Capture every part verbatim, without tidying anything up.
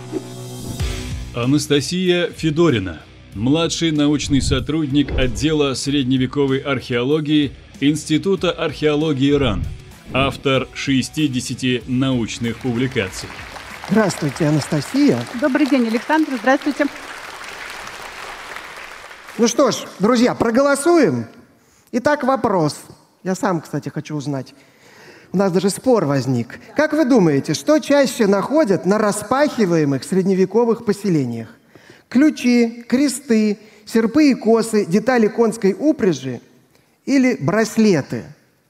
Анастасия Федорина, младший научный сотрудник отдела средневековой археологии Института археологии РАН, автор шестидесяти научных публикаций. Здравствуйте, Анастасия. Добрый день, Александр. Здравствуйте. Ну что ж, друзья, проголосуем. Итак, вопрос. Я сам, кстати, хочу узнать. У нас даже спор возник. Как вы думаете, что чаще находят на распахиваемых средневековых поселениях? Ключи, кресты, серпы и косы, детали конской упряжи или браслеты?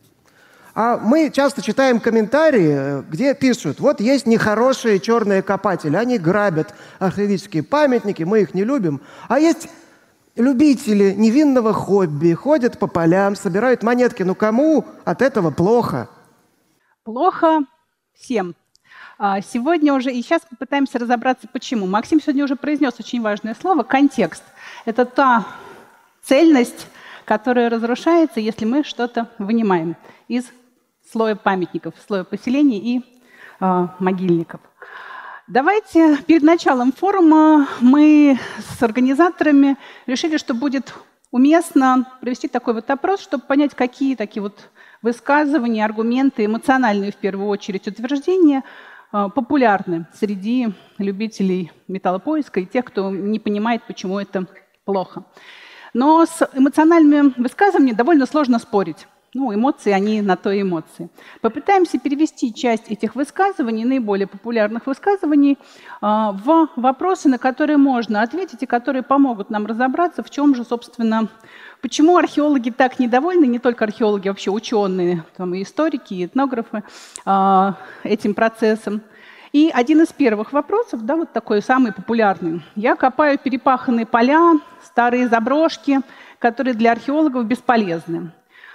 А мы часто читаем комментарии, где пишут: вот есть нехорошие черные копатели, они грабят археологические памятники, мы их не любим. А есть любители невинного хобби, ходят по полям, собирают монетки. Ну кому от этого плохо? Плохо всем. Сегодня уже, и сейчас попытаемся разобраться, почему. Максим сегодня уже произнес очень важное слово — контекст. Это та цельность, которая разрушается, если мы что-то вынимаем из слоя памятников, слоя поселений и э, могильников. Давайте перед началом форума мы с организаторами решили, что будет уместно провести такой вот опрос, чтобы понять, какие такие вот высказывания, аргументы, эмоциональные в первую очередь утверждения популярны среди любителей металлопоиска и тех, кто не понимает, почему это плохо. Но с эмоциональными высказываниями довольно сложно спорить. Ну, эмоции, они на то и эмоции. Попытаемся перевести часть этих высказываний, наиболее популярных высказываний, в вопросы, на которые можно ответить и которые помогут нам разобраться, в чем же, собственно, почему археологи так недовольны, не только археологи, вообще ученые, там, и историки, и этнографы, этим процессом. И один из первых вопросов, да, вот такой самый популярный. Я копаю перепаханные поля, старые заброшки, которые для археологов бесполезны.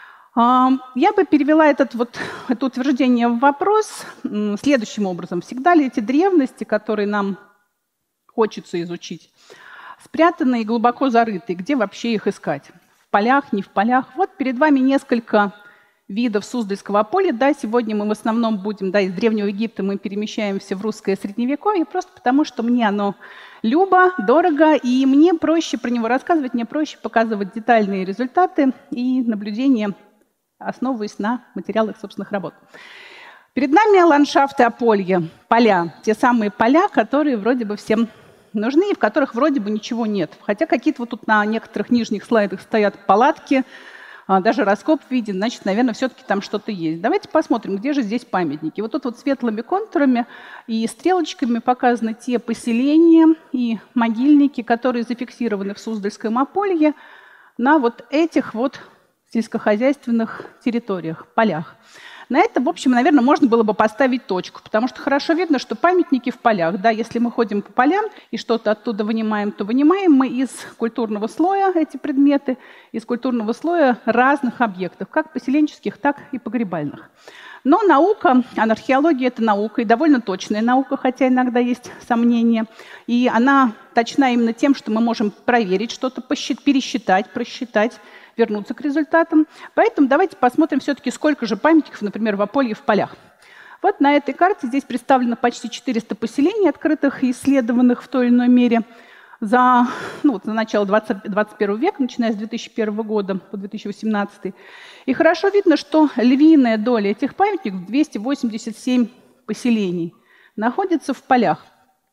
Я бы перевела этот, вот, это утверждение в вопрос следующим образом. Всегда ли эти древности, которые нам хочется изучить, спрятаны и глубоко зарыты? Где вообще их искать? В полях, не в полях? Вот перед вами несколько видов Суздальского поля. Да, сегодня мы в основном будем, да, из Древнего Египта мы перемещаемся в русское Средневековье, просто потому что мне оно любо, дорого, и мне проще про него рассказывать, мне проще показывать детальные результаты и наблюдения, основываясь на материалах собственных работ. Перед нами ландшафты Аполья, поля, те самые поля, которые вроде бы всем нужны и в которых вроде бы ничего нет. Хотя какие-то вот тут на некоторых нижних слайдах стоят палатки, даже раскоп виден, значит, наверное, все-таки там что-то есть. Давайте посмотрим, где же здесь памятники. Вот тут вот светлыми контурами и стрелочками показаны те поселения и могильники, которые зафиксированы в Суздальском Аполье на вот этих вот сельскохозяйственных территориях, полях. На это, в общем, наверное, можно было бы поставить точку, потому что хорошо видно, что памятники в полях. Да, если мы ходим по полям и что-то оттуда вынимаем, то вынимаем мы из культурного слоя эти предметы, из культурного слоя разных объектов, как поселенческих, так и погребальных. Но наука, археология — это наука, и довольно точная наука, хотя иногда есть сомнения. И она точна именно тем, что мы можем проверить что-то, пересчитать, просчитать, вернуться к результатам. Поэтому давайте посмотрим все-таки, сколько же памятников, например, в Аполье в полях. Вот на этой карте здесь представлено почти четыреста поселений, открытых и исследованных в той или иной мере за, ну, вот, за начало двадцать первого века, начиная с две тысячи первого года по две тысячи восемнадцатый. И хорошо видно, что львиная доля этих памятников, двести восемьдесят семь поселений, находится в полях.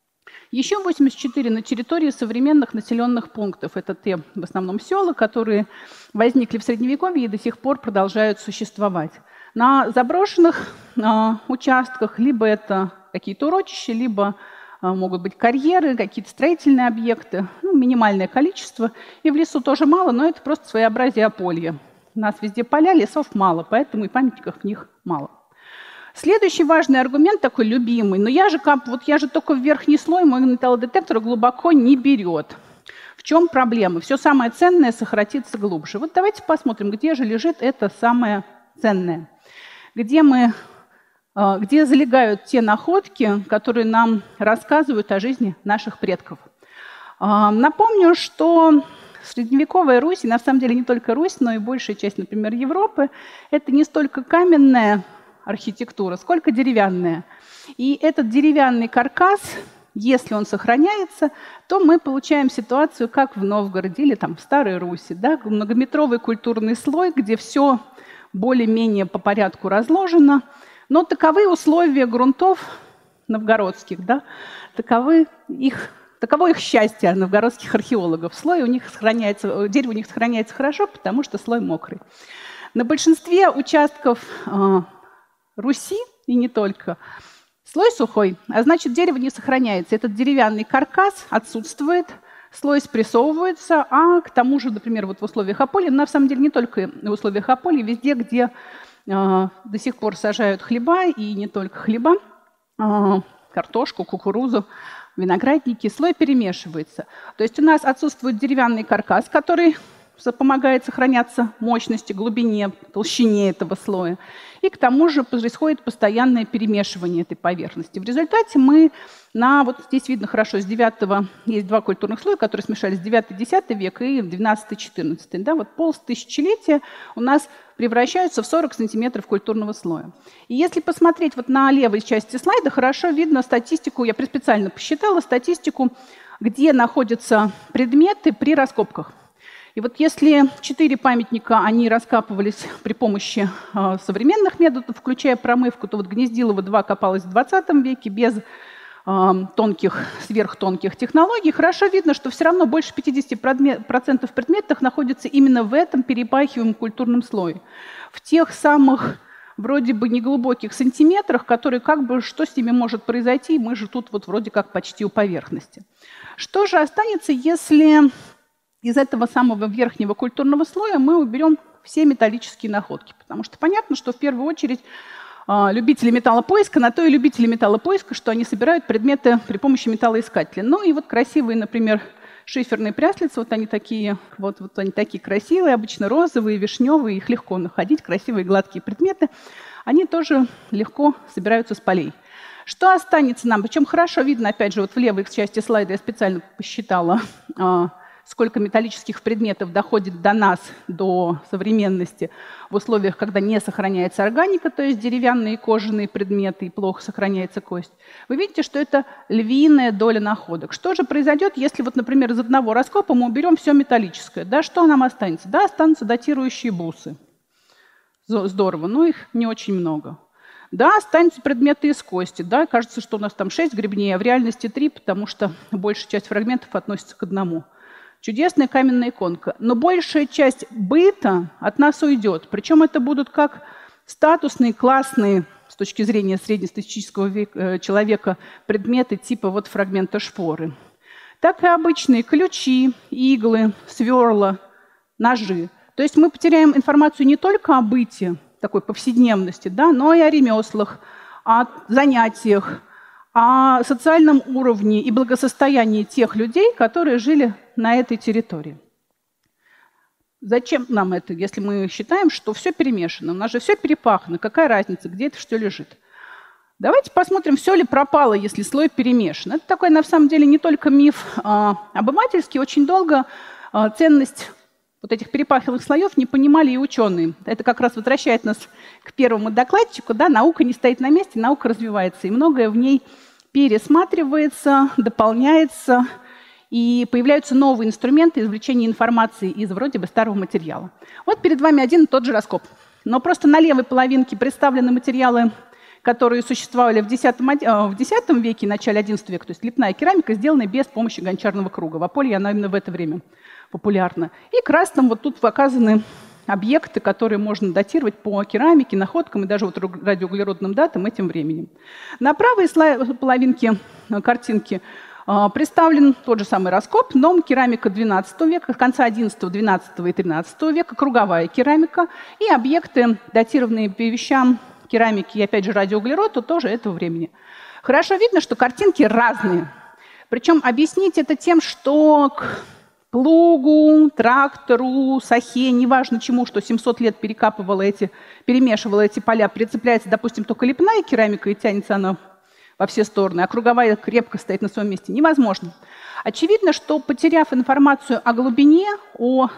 Еще восемьдесят четыре на территории современных населенных пунктов. Это те, в основном, села, которые возникли в Средневековье и до сих пор продолжают существовать. На заброшенных э, участках либо это какие-то урочища, либо э, могут быть карьеры, какие-то строительные объекты, ну, минимальное количество. И в лесу тоже мало, но это просто своеобразие Аполья. У нас везде поля, лесов мало, поэтому и памятников в них мало. Следующий важный аргумент, такой любимый, но я же, как, вот я же только в верхний слой, мой металлодетектор глубоко не берет. В чем проблема? Все самое ценное сократится глубже. Вот давайте посмотрим, где же лежит это самое ценное. Где, мы, где залегают те находки, которые нам рассказывают о жизни наших предков. Напомню, что средневековая Русь, и на самом деле не только Русь, но и большая часть, например, Европы, это не столько каменная архитектура, сколько деревянная. И этот деревянный каркас Если он сохраняется, то мы получаем ситуацию, как в Новгороде или там, в Старой Руси. Да? Многометровый культурный слой, где все более-менее по порядку разложено. Но таковы условия грунтов новгородских, да? таковы их, таково их счастье новгородских археологов. Слой у них сохраняется, дерево у них сохраняется хорошо, потому что слой мокрый. На большинстве участков э, Руси, и не только, слой сухой, а значит, дерево не сохраняется. Этот деревянный каркас отсутствует, слой спрессовывается, а к тому же, например, вот в условиях Аполья, на самом деле не только в условиях Аполья, везде, где э, до сих пор сажают хлеба, и не только хлеба, э, картошку, кукурузу, виноградники, слой перемешивается. То есть у нас отсутствует деревянный каркас, который помогает сохраняться мощности, глубине, толщине этого слоя. И к тому же происходит постоянное перемешивание этой поверхности. В результате мы на, вот здесь видно хорошо, с девятого, есть два культурных слоя, которые смешались с девятый-десятый век и двенадцатый-четырнадцатый. Да, вот полтысячелетия у нас превращаются в сорок сантиметров культурного слоя. И если посмотреть вот на левой части слайда, хорошо видно статистику, я специально посчитала статистику, где находятся предметы при раскопках. И вот если четыре памятника, они раскапывались при помощи э, современных методов, включая промывку, то вот Гнездилово два копалось в двадцатом веке без э, тонких, сверхтонких технологий. Хорошо видно, что все равно больше пятидесяти процентов предметов находится именно в этом перепахиваемом культурном слое. В тех самых вроде бы неглубоких сантиметрах, которые как бы, что с ними может произойти, мы же тут вот вроде как почти у поверхности. Что же останется, если из этого самого верхнего культурного слоя мы уберем все металлические находки? Потому что понятно, что в первую очередь любители металлопоиска, на то и любители металлопоиска, что они собирают предметы при помощи металлоискателя. Ну и вот красивые, например, шиферные пряслицы, вот они такие, вот, вот они такие красивые, обычно розовые, вишневые, их легко находить, красивые гладкие предметы, они тоже легко собираются с полей. Что останется нам? Причем хорошо видно, опять же, вот в левой части слайда я специально посчитала, сколько металлических предметов доходит до нас, до современности, в условиях, когда не сохраняется органика, то есть деревянные кожаные предметы, и плохо сохраняется кость. Вы видите, что это львиная доля находок. Что же произойдет, если, вот, например, из одного раскопа мы уберем все металлическое? Да, что нам останется? Да, останутся датирующие бусы. Здорово, но их не очень много. Да, останутся предметы из кости. Да, кажется, что у нас там шесть гребней, а в реальности три, потому что большая часть фрагментов относится к одному. Чудесная каменная иконка. Но большая часть быта от нас уйдет. Причем это будут как статусные, классные, с точки зрения среднестатистического века, человека, предметы типа вот фрагмента шпоры. Так и обычные ключи, иглы, сверла, ножи. То есть мы потеряем информацию не только о быте, такой повседневности, да, но и о ремеслах, о занятиях, о социальном уровне и благосостоянии тех людей, которые жили на этой территории. Зачем нам это, если мы считаем, что все перемешано? У нас же все перепахано. Какая разница, где это что лежит? Давайте посмотрим, все ли пропало, если слой перемешан. Это такой, на самом деле, не только миф а, обывательский. Очень долго а, ценность вот этих перепаханных слоев не понимали и ученые. Это как раз возвращает нас к первому докладчику. Да? Наука не стоит на месте, наука развивается. И многое в ней пересматривается, дополняется, и появляются новые инструменты извлечения информации из вроде бы старого материала. Вот перед вами один и тот же раскоп. Но просто на левой половинке представлены материалы, которые существовали в десятом, в десятом веке и начале одиннадцатого века, то есть лепная керамика, сделанная без помощи гончарного круга. В Аполье она именно в это время популярна. И красным вот тут показаны объекты, которые можно датировать по керамике, находкам и даже вот радиоуглеродным датам этим временем. На правой половинке картинки представлен тот же самый раскоп, но керамика двенадцатого века, конца одиннадцатого, двенадцатого и тринадцатого века, круговая керамика и объекты, датированные по вещам керамики и, опять же, радиоуглерода, тоже этого времени. Хорошо видно, что картинки разные. Причем объяснить это тем, что к плугу, трактору, сахе, неважно чему, что семьсот лет перекапывала эти, перемешивала эти поля, прицепляется, допустим, только лепная керамика, и тянется она во все стороны, а круговая крепко стоит на своем месте, невозможно. Очевидно, что, потеряв информацию о глубине, о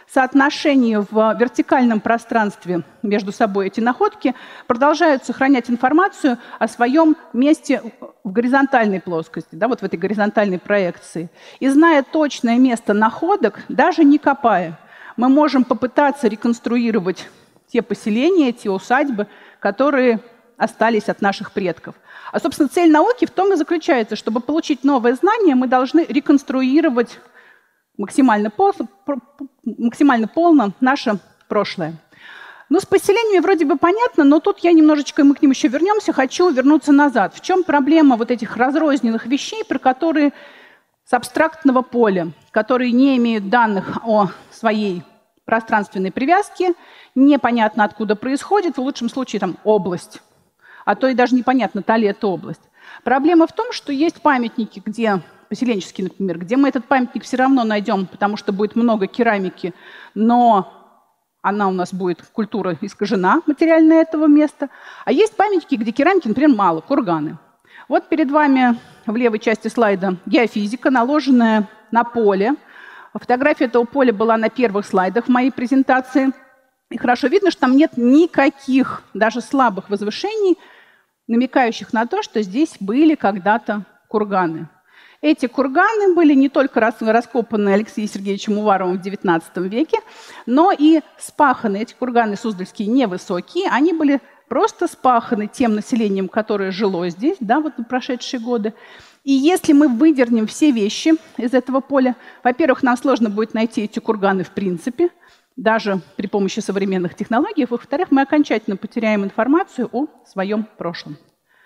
соотношении в вертикальном пространстве между собой эти находки продолжают сохранять информацию о своем месте в горизонтальной плоскости, да, вот в этой горизонтальной проекции. И зная точное место находок, даже не копая, мы можем попытаться реконструировать те поселения, те усадьбы, которые остались от наших предков. А, собственно, цель науки в том и заключается, чтобы получить новое знание, мы должны реконструировать максимально, пол, максимально полно наше прошлое. Ну, с поселениями вроде бы понятно, но тут я немножечко, мы к ним еще вернемся, хочу вернуться назад. В чем проблема вот этих разрозненных вещей, про которые с абстрактного поля, которые не имеют данных о своей пространственной привязке, непонятно откуда происходит, в лучшем случае там область, а то и даже непонятно, та ли это область. Проблема в том, что есть памятники, где поселенческие, например, где мы этот памятник все равно найдем, потому что будет много керамики, но она у нас будет, культура искажена, материальная этого места. А есть памятники, где керамики, например, мало, курганы. Вот перед вами в левой части слайда геофизика, наложенная на поле. Фотография этого поля была на первых слайдах в моей презентации. И хорошо видно, что там нет никаких, даже слабых возвышений, намекающих на то, что здесь были когда-то курганы. Эти курганы были не только раскопаны Алексеем Сергеевичем Уваровым в девятнадцатом веке, но и спаханы. Эти курганы суздальские невысокие, они были просто спаханы тем населением, которое жило здесь, да, вот в прошедшие годы. И если мы выдернем все вещи из этого поля, во-первых, нам сложно будет найти эти курганы в принципе, даже при помощи современных технологий, во-вторых, мы окончательно потеряем информацию о своем прошлом.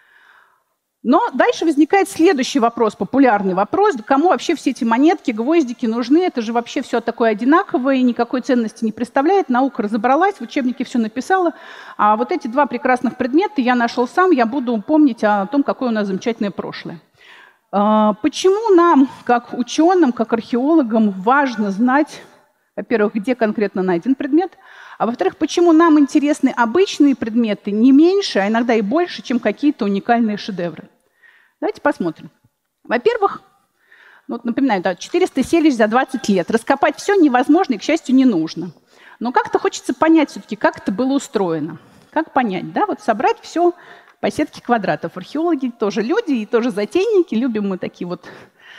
Но дальше возникает следующий вопрос, популярный вопрос. Кому вообще все эти монетки, гвоздики нужны? Это же вообще все такое одинаковое и никакой ценности не представляет. Наука разобралась, в учебнике все написала. А вот эти два прекрасных предмета я нашел сам, я буду помнить о том, какое у нас замечательное прошлое. Почему нам, как ученым, как археологам, важно знать, во-первых, где конкретно найден предмет, а во-вторых, почему нам интересны обычные предметы не меньше, а иногда и больше, чем какие-то уникальные шедевры? Давайте посмотрим. Во-первых, ну, вот напоминаю, да, четыреста селищ за двадцать лет. Раскопать все невозможно и, к счастью, не нужно. Но как-то хочется понять все-таки, как это было устроено. Как понять, да, вот собрать все по сетке квадратов. Археологи тоже люди и тоже затейники. Любим мы такие вот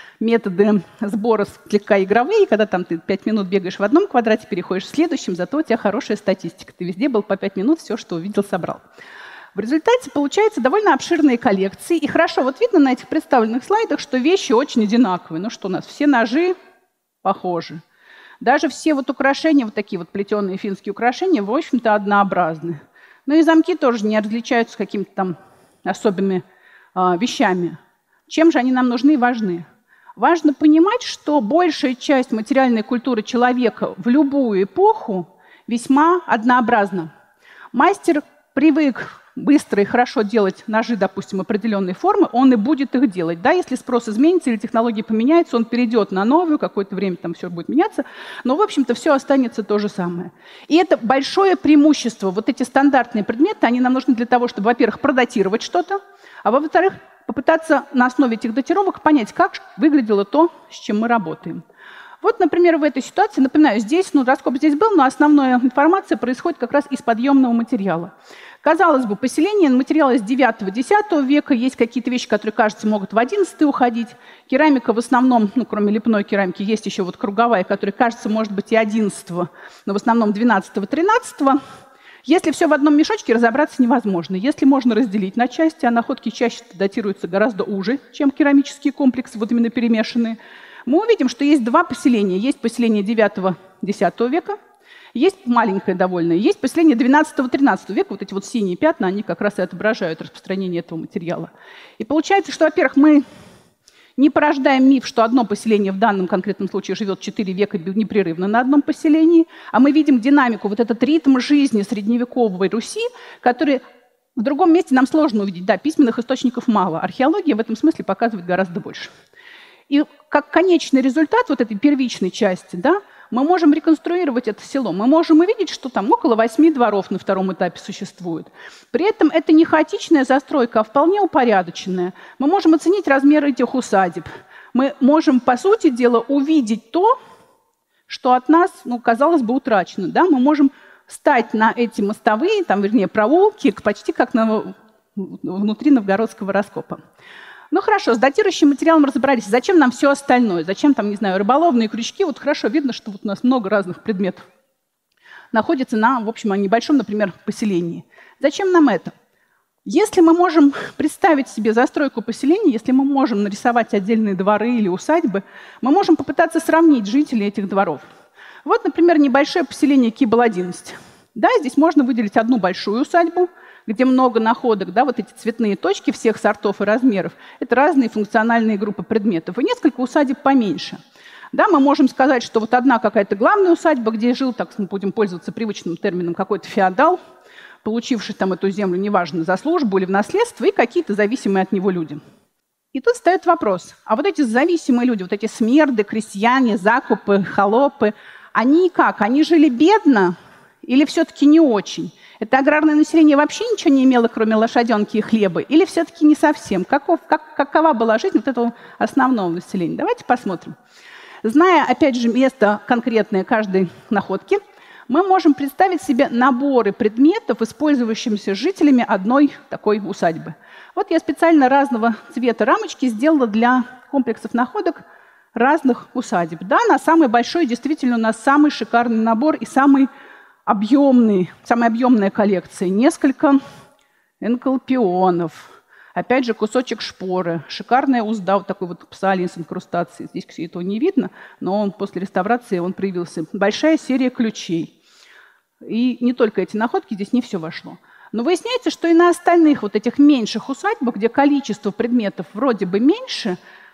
методы сбора слегка игровые, когда там ты пять минут бегаешь в одном квадрате, переходишь в следующем, зато у тебя хорошая статистика. Ты везде был по пять минут, все, что увидел, собрал. В результате получаются довольно обширные коллекции. И хорошо, вот видно на этих представленных слайдах, что вещи очень одинаковые. Ну что у нас, все ножи похожи. Даже все вот украшения, вот такие вот плетеные финские украшения, в общем-то, однообразны. Ну и замки тоже не различаются какими-то там особенными э, вещами. Чем же они нам нужны и важны? Важно понимать, что большая часть материальной культуры человека в любую эпоху весьма однообразна. Мастер привык быстро и хорошо делать ножи, допустим, определенной формы, он и будет их делать. Да, если спрос изменится или технологии поменяются, он перейдет на новую, какое-то время там все будет меняться, но, в общем-то, все останется то же самое. И это большое преимущество. Вот эти стандартные предметы, они нам нужны для того, чтобы, во-первых, продатировать что-то, а во-вторых, попытаться на основе этих датировок понять, как выглядело то, с чем мы работаем. Вот, например, в этой ситуации, напоминаю, здесь, ну, раскоп здесь был, но основная информация происходит как раз из подъемного материала. Казалось бы, поселение материала из девятого-десятого века, есть какие-то вещи, которые, кажется, могут в одиннадцатый уходить. Керамика в основном, ну, кроме лепной керамики, есть еще вот круговая, которая, кажется, может быть и одиннадцатого, но в основном двенадцатого-тринадцатого. Если все в одном мешочке, разобраться невозможно. Если можно разделить на части, а находки чаще датируются гораздо уже, чем керамические комплексы, вот именно перемешанные, мы увидим, что есть два поселения. Есть поселение девятого-десятого века, есть маленькое довольно, есть поселение двенадцатого-тринадцатого века. Вот эти вот синие пятна, они как раз и отображают распространение этого материала. И получается, что, во-первых, мы не порождаем миф, что одно поселение в данном конкретном случае живет четыре века непрерывно на одном поселении, а мы видим динамику, вот этот ритм жизни средневековой Руси, который в другом месте нам сложно увидеть. Да, письменных источников мало, археология в этом смысле показывает гораздо больше. И как конечный результат вот этой первичной части, да, мы можем реконструировать это село. Мы можем увидеть, что там около восьми дворов на втором этапе существует. При этом это не хаотичная застройка, а вполне упорядоченная. Мы можем оценить размер этих усадеб. Мы можем, по сути дела, увидеть то, что от нас, ну, казалось бы, утрачено. Да? Мы можем стать на эти мостовые, там, вернее, проулки, почти как на, внутри новгородского раскопа. Ну хорошо, с датирующим материалом разобрались. Зачем нам все остальное? Зачем там, не знаю, рыболовные крючки? Вот хорошо видно, что вот у нас много разных предметов находится на, в общем, небольшом, например, поселении. Зачем нам это? Если мы можем представить себе застройку поселения, если мы можем нарисовать отдельные дворы или усадьбы, мы можем попытаться сравнить жителей этих дворов. Вот, например, небольшое поселение Кибл одиннадцать. Да, здесь можно выделить одну большую усадьбу, где много находок, да, вот эти цветные точки всех сортов и размеров. Это разные функциональные группы предметов. И несколько усадеб поменьше. Да, мы можем сказать, что вот одна какая-то главная усадьба, где жил, так мы будем пользоваться привычным термином, какой-то феодал, получивший там эту землю, неважно, за службу или в наследство, и какие-то зависимые от него люди. И тут встает вопрос, а вот эти зависимые люди, вот эти смерды, крестьяне, закупы, холопы, они как? Они жили бедно или все-таки не очень? Это аграрное население вообще ничего не имело, кроме лошаденки и хлеба? Или все-таки не совсем? Каков, как, какова была жизнь вот этого основного населения? Давайте посмотрим. Зная, опять же, место конкретное каждой находки, мы можем представить себе наборы предметов, использующимися жителями одной такой усадьбы. Вот я специально разного цвета рамочки сделала для комплексов находок разных усадеб. Да, на самый большой действительно у нас самый шикарный набор и самый объемный, самая объемная коллекция. Несколько энколпионов. Опять же, кусочек шпоры, шикарная узда, вот такой вот псалий с инкрустацией. Здесь этого не видно, но он, после реставрации он проявился. Большая серия ключей. И не только эти находки, здесь не все вошло. Но выясняется, что и на остальных вот этих меньших усадьбах, где количество предметов вроде бы меньше,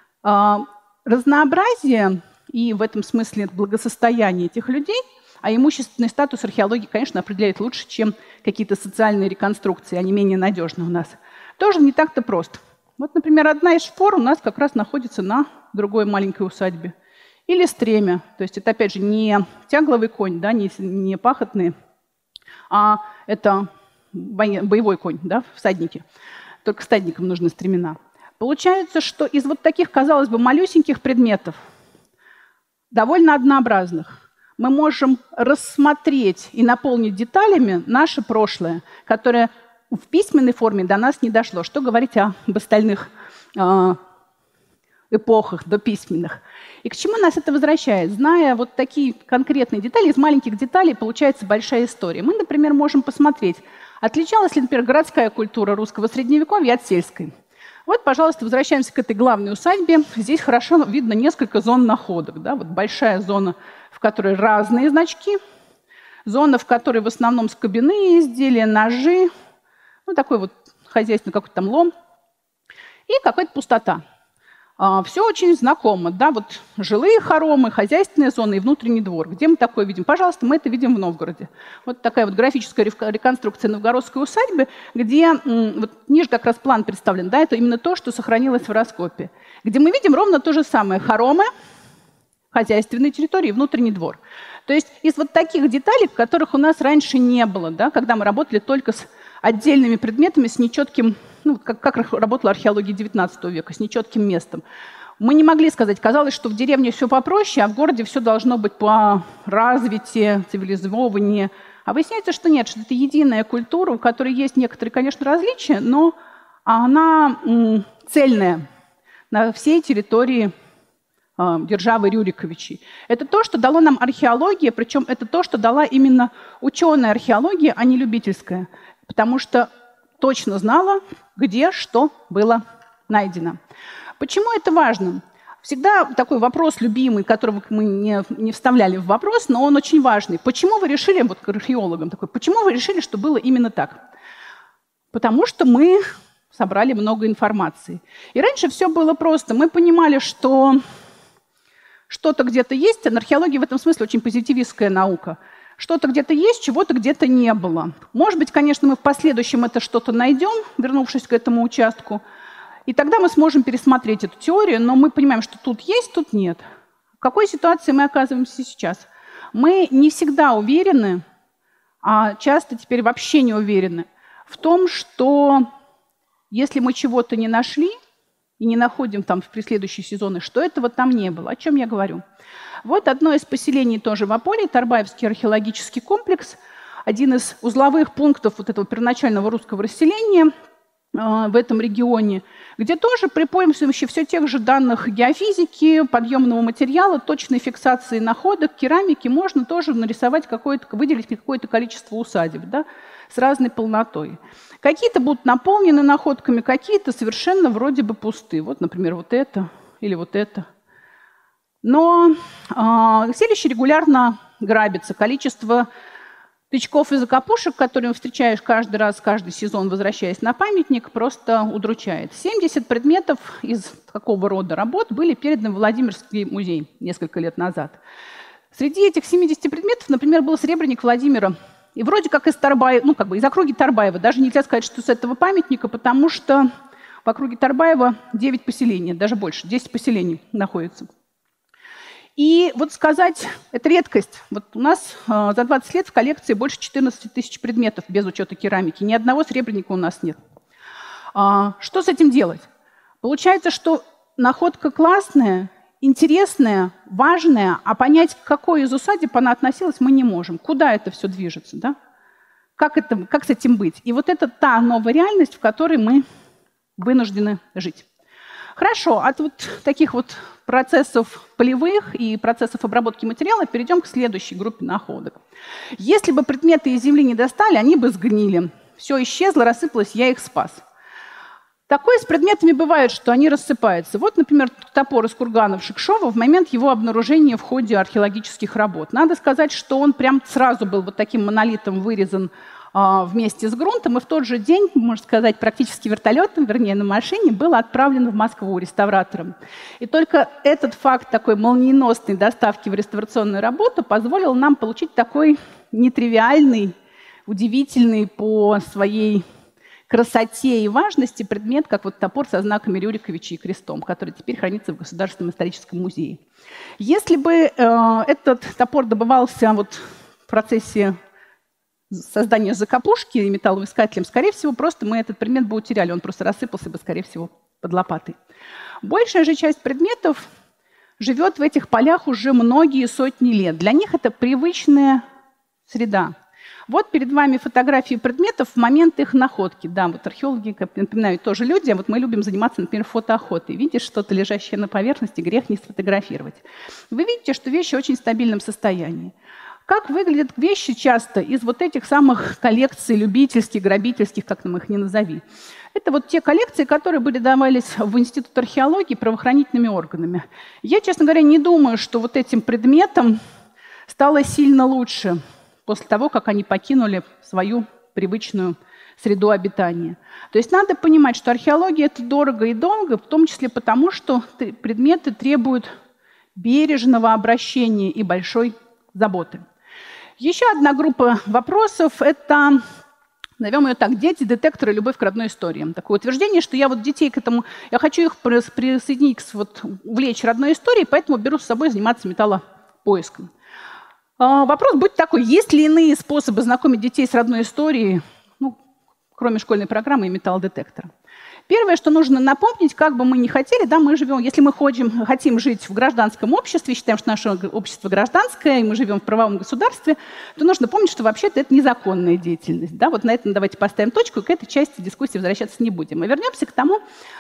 разнообразие и в этом смысле благосостояние этих людей, а имущественный статус археологии, конечно, определяет лучше, чем какие-то социальные реконструкции, они менее надежны у нас. Тоже не так-то просто. Вот, например, одна из шпор у нас как раз находится на другой маленькой усадьбе. Или стремя. То есть это, опять же, не тягловый конь, да, не, не пахотный, а это боевой конь, да, всадники. Только всадникам нужны стремена. Получается, что из вот таких, казалось бы, малюсеньких предметов, довольно однообразных, мы можем рассмотреть и наполнить деталями наше прошлое, которое в письменной форме до нас не дошло. Что говорить об остальных э, эпохах дописьменных? И к чему нас это возвращает? Зная вот такие конкретные детали, из маленьких деталей получается большая история. Мы, например, можем посмотреть, отличалась ли, например, городская культура русского средневековья от сельской. Вот, пожалуйста, возвращаемся к этой главной усадьбе. Здесь хорошо видно несколько зон находок. Да? Вот большая зона, в которой разные значки, зона, в которой в основном скобяные изделия, ножи, ну, такой вот хозяйственный какой-то там лом, и какая-то пустота. А, все очень знакомо, да, вот жилые хоромы, хозяйственная зона и внутренний двор. Где мы такое видим? Пожалуйста, мы это видим в Новгороде. Вот такая вот графическая реконструкция новгородской усадьбы, где, вот ниже как раз план представлен, да, это именно то, что сохранилось в раскопе, где мы видим ровно то же самое: хоромы, хозяйственной территории и внутренний двор. То есть из вот таких деталей, которых у нас раньше не было, да, когда мы работали только с отдельными предметами, с нечетким, ну, как, как работала археология девятнадцатого века, с нечетким местом. Мы не могли сказать, казалось, что в деревне все попроще, а в городе все должно быть по развитию, цивилизованнее. А выясняется, что нет, что это единая культура, у которой есть некоторые, конечно, различия, но она м, цельная на всей территории э, державы Рюриковичей. Это то, что дало нам археология, причем это то, что дала именно ученая археология, а не любительская. Потому что точно знала, где что было найдено. Почему это важно? Всегда такой вопрос любимый, которого мы не, не вставляли в вопрос, но он очень важный. Почему вы решили, вот к археологам такой, почему вы решили, что было именно так? Потому что мы собрали много информации. И раньше все было просто. Мы понимали, что что-то где-то есть. Археология в этом смысле очень позитивистская наука. Что-то где-то есть, чего-то где-то не было. Может быть, конечно, мы в последующем это что-то найдем, вернувшись к этому участку, и тогда мы сможем пересмотреть эту теорию, но мы понимаем, что тут есть, тут нет. В какой ситуации мы оказываемся сейчас? Мы не всегда уверены, а часто теперь вообще не уверены в том, что если мы чего-то не нашли, и не находим там в преследующие сезоны, что этого там не было. О чем я говорю? Вот одно из поселений тоже в Апулии, Тарбаевский археологический комплекс, один из узловых пунктов вот этого первоначального русского расселения э, в этом регионе, где тоже при помощи все тех же данных геофизики, подъемного материала, точной фиксации находок, керамики можно тоже нарисовать какое-то, выделить какое-то количество усадеб, да, с разной полнотой. Какие-то будут наполнены находками, какие-то совершенно вроде бы пусты. Вот, например, вот это или вот это. Но э, селище регулярно грабится. Количество тычков и закопушек, которые встречаешь каждый раз, каждый сезон, возвращаясь на памятник, просто удручает. семьдесят предметов из такого рода работ были переданы в Владимирский музей несколько лет назад. Среди этих семидесяти предметов, например, был сребреник Владимира. И вроде как из Тарбаева, ну как бы из округи Тарбаева. Даже нельзя сказать, что с этого памятника, потому что в округе Тарбаева девять поселений, даже больше, десять поселений находится. И вот сказать, это редкость. Вот у нас э, за двадцать лет в коллекции больше четырнадцати тысяч предметов без учета керамики. Ни одного сребреника у нас нет. А, что с этим делать? Получается, что находка классная, интересная, важная, а понять, к какой из усадеб она относилась, мы не можем. Куда это все движется, да? Как, это, как с этим быть? И вот это та новая реальность, в которой мы вынуждены жить. Хорошо, от вот таких вот процессов полевых и процессов обработки материала перейдем к следующей группе находок. Если бы предметы из земли не достали, они бы сгнили. Все исчезло, рассыпалось, я их спас. Такое с предметами бывает, что они рассыпаются. Вот, например, топор из курганов Шикшова в момент его обнаружения в ходе археологических работ. Надо сказать, что он прям сразу был вот таким монолитом вырезан а, вместе с грунтом, и в тот же день, можно сказать, практически вертолетом, вернее, на машине, был отправлен в Москву реставратором. И только этот факт такой молниеносной доставки в реставрационную работу позволил нам получить такой нетривиальный, удивительный по своей красоте и важности предмет, как вот топор со знаками Рюриковича и крестом, который теперь хранится в Государственном историческом музее. Если бы э, этот топор добывался вот в процессе создания закопушки и металлоискателем, скорее всего, просто мы этот предмет бы утеряли, он просто рассыпался бы, скорее всего, под лопатой. Большая же часть предметов живет в этих полях уже многие сотни лет. Для них это привычная среда. Вот перед вами фотографии предметов в момент их находки. Да, вот археологи, как напоминаю, тоже люди, а вот мы любим заниматься, например, фотоохотой. Видите что-то, лежащее на поверхности, грех не сфотографировать. Вы видите, что вещи в очень стабильном состоянии. Как выглядят вещи часто из вот этих самых коллекций любительских, грабительских, как нам их ни назови. Это вот те коллекции, которые были давались в Институт археологии правоохранительными органами. Я, честно говоря, не думаю, что вот этим предметам стало сильно лучше после того, как они покинули свою привычную среду обитания. То есть надо понимать, что археология – это дорого и долго, в том числе потому, что предметы требуют бережного обращения и большой заботы. Еще одна группа вопросов – это, назовем ее так, дети, детекторы, любовь к родной истории. Такое утверждение, что я вот детей к этому, я хочу их присоединить, вот, увлечь родной историей, поэтому беру с собой заниматься металлопоиском. Вопрос будет такой, есть ли иные способы знакомить детей с родной историей, ну, кроме школьной программы и металлодетектора? Первое, что нужно напомнить, как бы мы ни хотели, да, мы живем, если мы ходим, хотим жить в гражданском обществе, считаем, что наше общество гражданское, и мы живем в правовом государстве, то нужно помнить, что вообще-то это незаконная деятельность. Да? Вот на этом давайте поставим точку, и к этой части дискуссии возвращаться не будем. Мы вернемся к тому,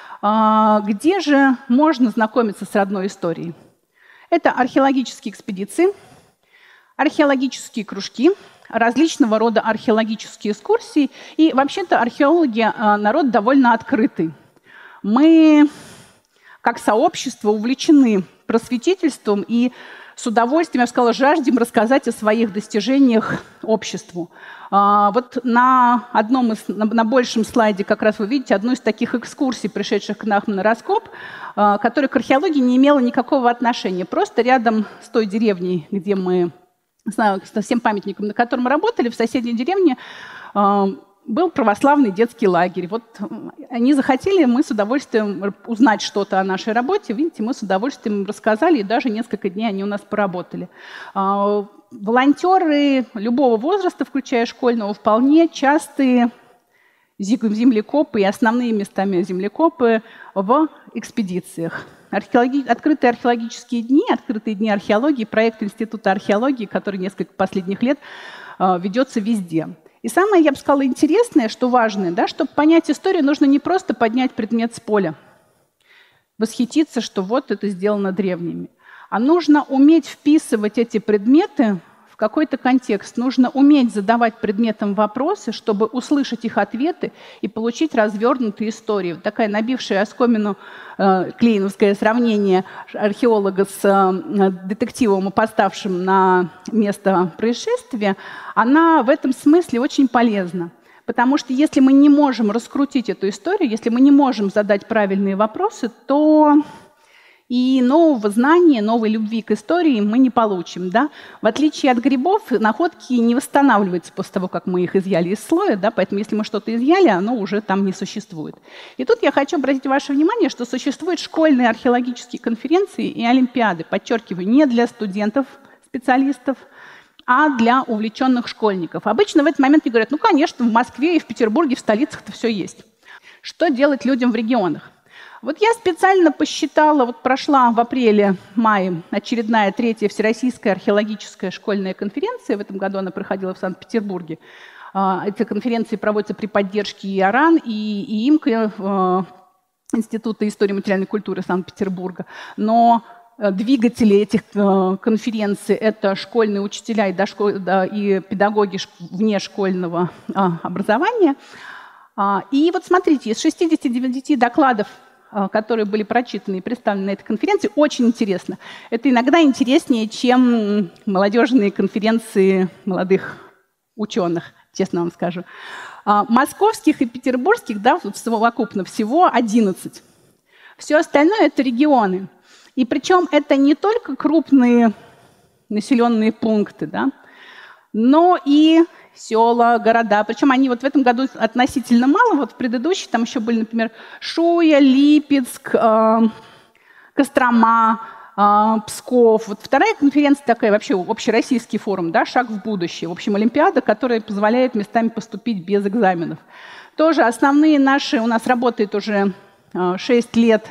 где же можно знакомиться с родной историей. Это археологические экспедиции, археологические кружки, различного рода археологические экскурсии. И вообще-то археологи – народ довольно открытый. Мы, как сообщество, увлечены просветительством и с удовольствием, я бы сказала, жаждем рассказать о своих достижениях обществу. Вот на одном из, на большем слайде как раз вы видите одну из таких экскурсий, пришедших к нам на раскоп, которая к археологии не имела никакого отношения. Просто рядом с той деревней, где мы с тем памятником, на котором мы работали, в соседней деревне э, был православный детский лагерь. Вот они захотели, мы с удовольствием узнать что-то о нашей работе. Видите, мы с удовольствием рассказали, и даже несколько дней они у нас поработали. Э, волонтеры любого возраста, включая школьного, вполне частые землекопы и основные местами землекопы в экспедициях. Археологи... Открытые археологические дни, открытые дни археологии, проект Института археологии, который несколько последних лет э, ведется везде. И самое, я бы сказала, интересное, что важное, да, чтобы понять историю, нужно не просто поднять предмет с поля, восхититься, что вот это сделано древними, а нужно уметь вписывать эти предметы в какой-то контекст. Нужно уметь задавать предметам вопросы, чтобы услышать их ответы и получить развернутые истории. Такая набившая оскомину э, клейновское сравнение археолога с э, детективом, опоздавшим на место происшествия, она в этом смысле очень полезна. Потому что если мы не можем раскрутить эту историю, если мы не можем задать правильные вопросы, то и нового знания, новой любви к истории мы не получим. Да? В отличие от грибов, находки не восстанавливаются после того, как мы их изъяли из слоя, да? Поэтому если мы что-то изъяли, оно уже там не существует. И тут я хочу обратить ваше внимание, что существуют школьные археологические конференции и олимпиады, подчеркиваю, не для студентов, специалистов, а для увлеченных школьников. Обычно в этот момент мне говорят, ну, конечно, в Москве и в Петербурге, в столицах-то все есть. Что делать людям в регионах? Вот я специально посчитала, вот прошла в апреле-мае очередная третья Всероссийская археологическая школьная конференция. В этом году она проходила в Санкт-Петербурге. Эти конференции проводятся при поддержке и АРАН, и ИМК, Института истории и материальной культуры Санкт-Петербурга. Но двигатели этих конференций – это школьные учителя и, дошколь... и педагоги внешкольного образования. И вот смотрите, из шестидесяти девяти докладов, которые были прочитаны и представлены на этой конференции, очень интересно. Это иногда интереснее, чем молодежные конференции молодых ученых, честно вам скажу. Московских и петербургских, да, совокупно всего одиннадцать. Все остальное – это регионы. И причем это не только крупные населенные пункты, да, но и села, города. Причем они вот в этом году относительно мало. Вот в предыдущий там еще были, например, Шуя, Липецк, э, Кострома, э, Псков. Вот вторая конференция такая, вообще общероссийский форум, да, «Шаг в будущее». В общем, олимпиада, которая позволяет местами поступить без экзаменов. Тоже основные наши, у нас работает уже э, шесть лет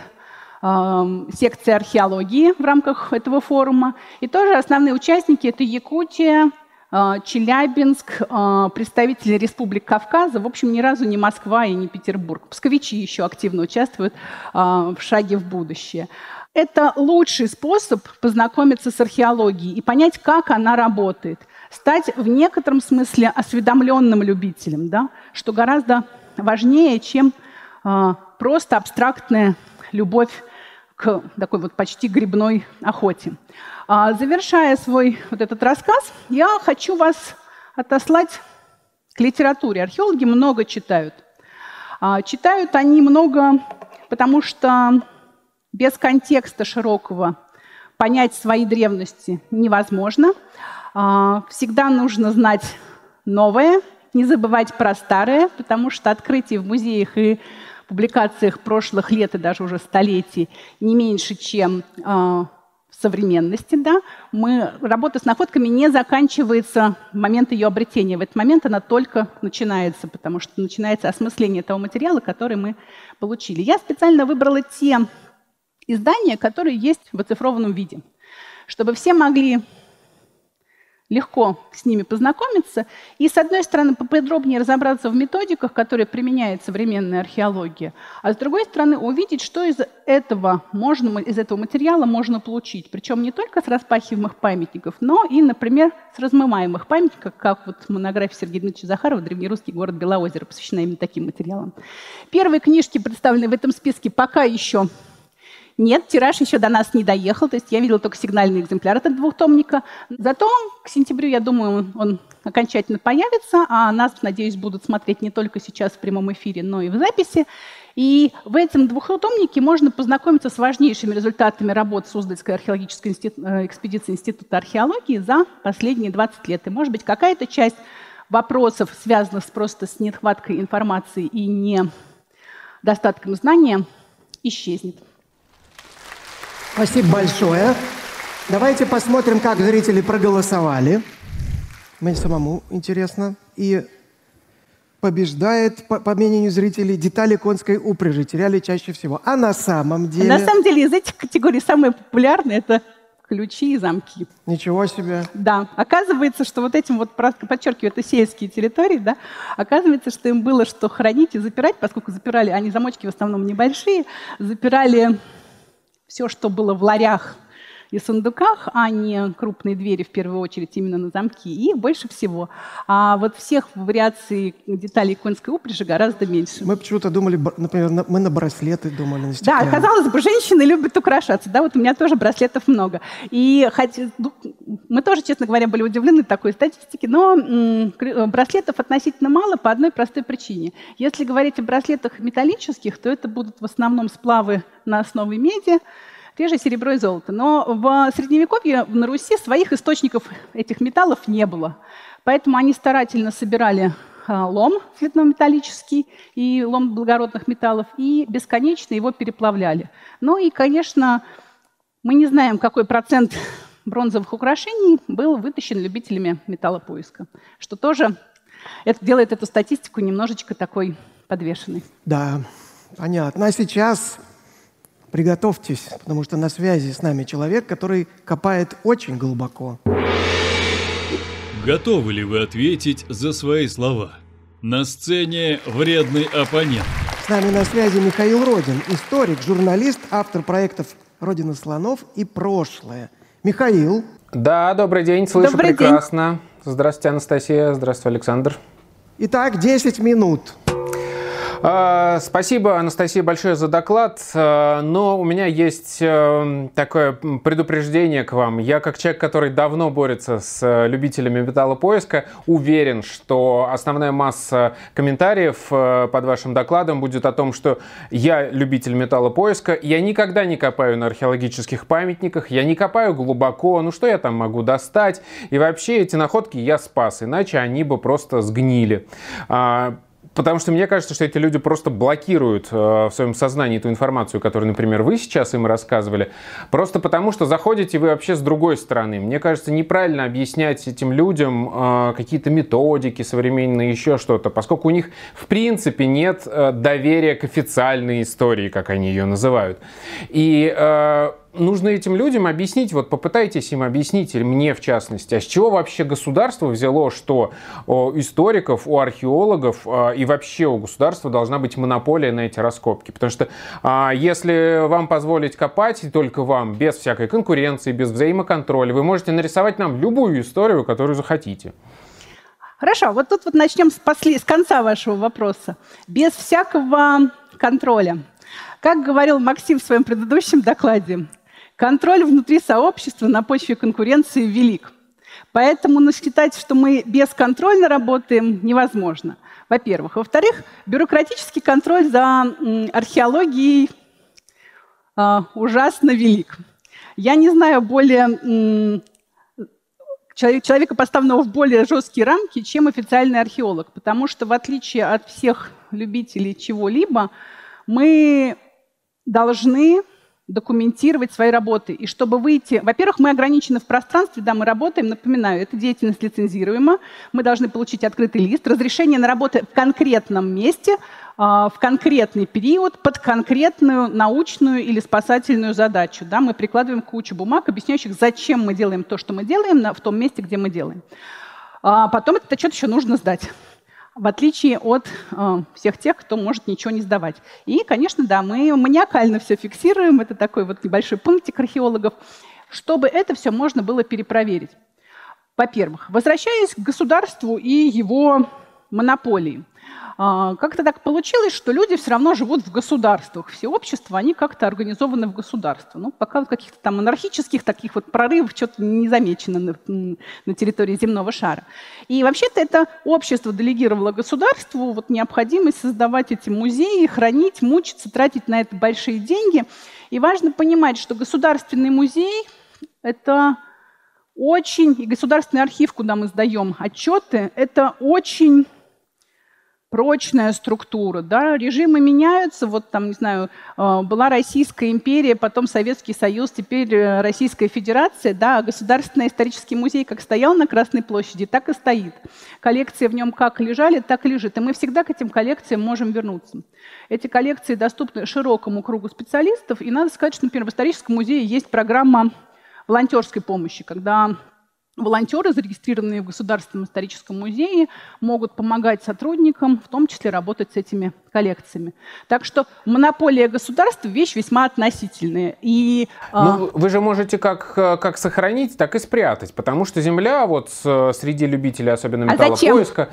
секция археологии в рамках этого форума. И тоже основные участники – это Якутия, Челябинск, представители Республик Кавказа. В общем, ни разу не Москва и не Петербург. Псковичи еще активно участвуют в «Шаге в будущее». Это лучший способ познакомиться с археологией и понять, как она работает. Стать в некотором смысле осведомленным любителем, да? Что гораздо важнее, чем просто абстрактная любовь к такой вот почти грибной охоте. Завершая свой вот этот рассказ, я хочу вас отослать к литературе. Археологи много читают. Читают они много, потому что без контекста широкого понять свои древности невозможно. Всегда нужно знать новое, не забывать про старое, потому что открытия в музеях и публикациях прошлых лет и даже уже столетий не меньше, чем э, в современности. Да? Мы, работа с находками не заканчивается в момент ее обретения. В этот момент она только начинается, потому что начинается осмысление того материала, который мы получили. Я специально выбрала те издания, которые есть в оцифрованном виде, чтобы все могли легко с ними познакомиться и, с одной стороны, поподробнее разобраться в методиках, которые применяет современная археология, а с другой стороны, увидеть, что из этого, можно, из этого материала можно получить. Причем не только с распахиваемых памятников, но и, например, с размываемых памятников, как вот монография Сергея Дмитриевича Захарова «Древнерусский город Белоозеро», посвящена именно таким материалам. Первые книжки, представленные в этом списке, пока еще нет, тираж еще до нас не доехал, то есть я видела только сигнальный экземпляр этого двухтомника. Зато к сентябрю, я думаю, он окончательно появится, а нас, надеюсь, будут смотреть не только сейчас в прямом эфире, но и в записи. И в этом двухтомнике можно познакомиться с важнейшими результатами работ Суздальской археологической экспедиции Института археологии за последние двадцать лет. И, может быть, какая-то часть вопросов, связанных просто с нехваткой информации и недостатком знания, исчезнет. Спасибо большое. Давайте посмотрим, как зрители проголосовали. Мне самому интересно. И побеждает, по, по мнению зрителей, детали конской упряжи теряли чаще всего. А на самом деле... На самом деле из этих категорий самые популярные – это ключи и замки. Ничего себе. Да. Оказывается, что вот этим вот, подчеркиваю, это сельские территории, да, оказывается, что им было что хранить и запирать, поскольку запирали, они замочки в основном небольшие, запирали все, что было в ларях и сундуках, а не крупные двери, в первую очередь, именно на замки. И их больше всего. А вот всех вариаций деталей конской упряжи гораздо меньше. Мы почему-то думали, например, на, мы на браслеты думали, на стеклянные. Да, казалось бы, женщины любят украшаться. Да, вот у меня тоже браслетов много. И хоть, ну, мы тоже, честно говоря, были удивлены такой статистике, но м, браслетов относительно мало по одной простой причине. Если говорить о браслетах металлических, то это будут в основном сплавы на основе меди, реже серебро и золото. Но в Средневековье на Руси своих источников этих металлов не было. Поэтому они старательно собирали лом цветнометаллический и лом благородных металлов и бесконечно его переплавляли. Ну и, конечно, мы не знаем, какой процент бронзовых украшений был вытащен любителями металлопоиска, что тоже это делает эту статистику немножечко такой подвешенной. Да, понятно. А сейчас... Приготовьтесь, потому что на связи с нами человек, который копает очень глубоко. Готовы ли вы ответить за свои слова? На сцене вредный оппонент. С нами на связи Михаил Родин, историк, журналист, автор проектов «Родина слонов» и «Прошлое». Михаил. Да, добрый день, слышу добрый прекрасно. День. Здравствуйте, Анастасия. Здравствуй, Александр. Итак, десять минут. Спасибо, Анастасия, большое за доклад, но у меня есть такое предупреждение к вам. Я, как человек, который давно борется с любителями металлопоиска, уверен, что основная масса комментариев под вашим докладом будет о том, что я любитель металлопоиска, я никогда не копаю на археологических памятниках, я не копаю глубоко, ну что я там могу достать, и вообще эти находки я спас, иначе они бы просто сгнили. Потому что мне кажется, что эти люди просто блокируют э, в своем сознании ту информацию, которую, например, вы сейчас им рассказывали. Просто потому, что заходите вы вообще с другой стороны. Мне кажется, неправильно объяснять этим людям э, какие-то методики современные, еще что-то, поскольку у них в принципе нет э, доверия к официальной истории, как они ее называют. И... Э, Нужно этим людям объяснить, вот попытайтесь им объяснить, или мне в частности, а с чего вообще государство взяло, что у историков, у археологов и вообще у государства должна быть монополия на эти раскопки. Потому что если вам позволить копать, и только вам, без всякой конкуренции, без взаимоконтроля, вы можете нарисовать нам любую историю, которую захотите. Хорошо, вот тут вот начнем с, после... с конца вашего вопроса. Без всякого контроля. Как говорил Максим в своем предыдущем докладе, контроль внутри сообщества на почве конкуренции велик. Поэтому считать, что мы бесконтрольно работаем, невозможно. Во-первых. Во-вторых, бюрократический контроль за археологией а, ужасно велик. Я не знаю более человека, поставленного в более жесткие рамки, чем официальный археолог. Потому что, в отличие от всех любителей чего-либо, мы должны документировать свои работы. И чтобы выйти... Во-первых, мы ограничены в пространстве, да, мы работаем, напоминаю, эта деятельность лицензируема, мы должны получить открытый лист, разрешение на работу в конкретном месте, в конкретный период, под конкретную научную или спасательную задачу. Да, мы прикладываем кучу бумаг, объясняющих, зачем мы делаем то, что мы делаем, в том месте, где мы делаем. А потом этот отчет еще нужно сдать. В отличие от э, всех тех, кто может ничего не сдавать. И, конечно, да, мы маниакально все фиксируем, это такой вот небольшой пунктик археологов, чтобы это все можно было перепроверить. Во-первых, возвращаясь к государству и его монополии. Э, как-то так получилось, что люди все равно живут в государствах. Все общества, они как-то организованы в государство. Ну, пока каких-то там монархических таких вот прорывов что-то не замечено на, на территории земного шара. И вообще-то это общество делегировало государству вот необходимость создавать эти музеи, хранить, мучиться, тратить на это большие деньги. И важно понимать, что государственный музей – это очень… И государственный архив, куда мы сдаем отчеты, это очень… прочная структура, да, режимы меняются, вот там, не знаю, была Российская империя, потом Советский Союз, теперь Российская Федерация, да, а Государственный исторический музей как стоял на Красной площади, так и стоит. Коллекции в нем как лежали, так и лежит, и мы всегда к этим коллекциям можем вернуться. Эти коллекции доступны широкому кругу специалистов, и надо сказать, что, например, в историческом музее есть программа волонтерской помощи, когда волонтеры, зарегистрированные в Государственном историческом музее, могут помогать сотрудникам, в том числе работать с этими коллекциями. Так что монополия государства – вещь весьма относительная. И, ну, вы же можете как, как сохранить, так и спрятать, потому что Земля вот среди любителей, особенно металлопоиска…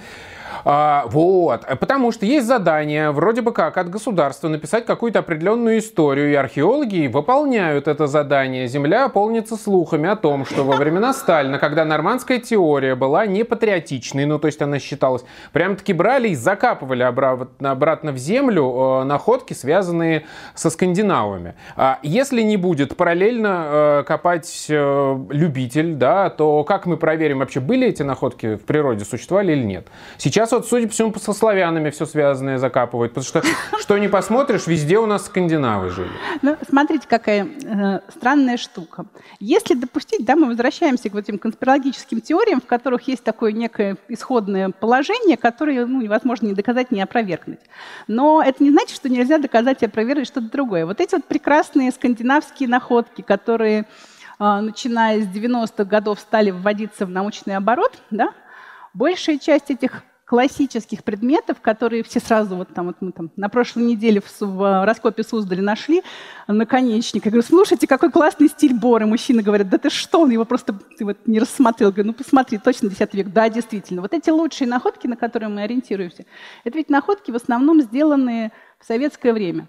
А, вот, потому что есть задание, вроде бы как от государства, написать какую-то определенную историю, и археологи выполняют это задание. Земля полнится слухами о том, что во времена Сталина, когда нормандская теория была непатриотичной, ну то есть она считалась, прям-таки брали и закапывали обратно, обратно в землю э, находки, связанные со скандинавами. А если не будет параллельно э, копать э, любитель, да, то как мы проверим, вообще были эти находки в природе, существовали или нет? Сейчас вот, судя по всему, со славянами все связанное закапывают, потому что, что не посмотришь, везде у нас скандинавы жили. Ну, смотрите, какая э, странная штука. Если допустить, да, мы возвращаемся к вот этим конспирологическим теориям, в которых есть такое некое исходное положение, которое, ну, невозможно ни доказать, ни опровергнуть. Но это не значит, что нельзя доказать и опровергнуть что-то другое. Вот эти вот прекрасные скандинавские находки, которые, э, начиная с девяностых годов, стали вводиться в научный оборот, да, большая часть этих классических предметов, которые все сразу, вот там, вот мы там на прошлой неделе в, в раскопе Суздале нашли наконечник. Я говорю, слушайте, какой классный стиль бора. Мужчины говорят, да ты что, он его просто ты вот не рассмотрел. Я говорю, ну посмотри, точно десятый век. Да, действительно. Вот эти лучшие находки, на которые мы ориентируемся, это ведь находки в основном сделанные в советское время.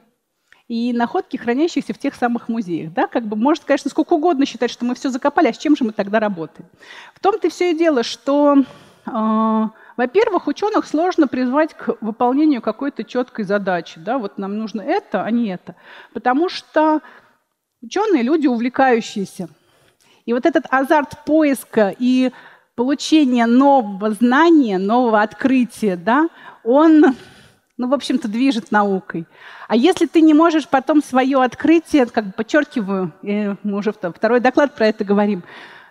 И находки, хранящиеся в тех самых музеях. Да? Как бы, может, конечно, сколько угодно считать, что мы все закопали, а с чем же мы тогда работаем? В том-то и все и дело, что... Э, Во-первых, ученых сложно призвать к выполнению какой-то четкой задачи. Да? Вот нам нужно это, а не это. Потому что ученые – люди увлекающиеся. И вот этот азарт поиска и получения нового знания, нового открытия, да, он, ну, в общем-то, движет наукой. А если ты не можешь потом свое открытие, как бы подчеркиваю, и мы уже второй доклад про это говорим,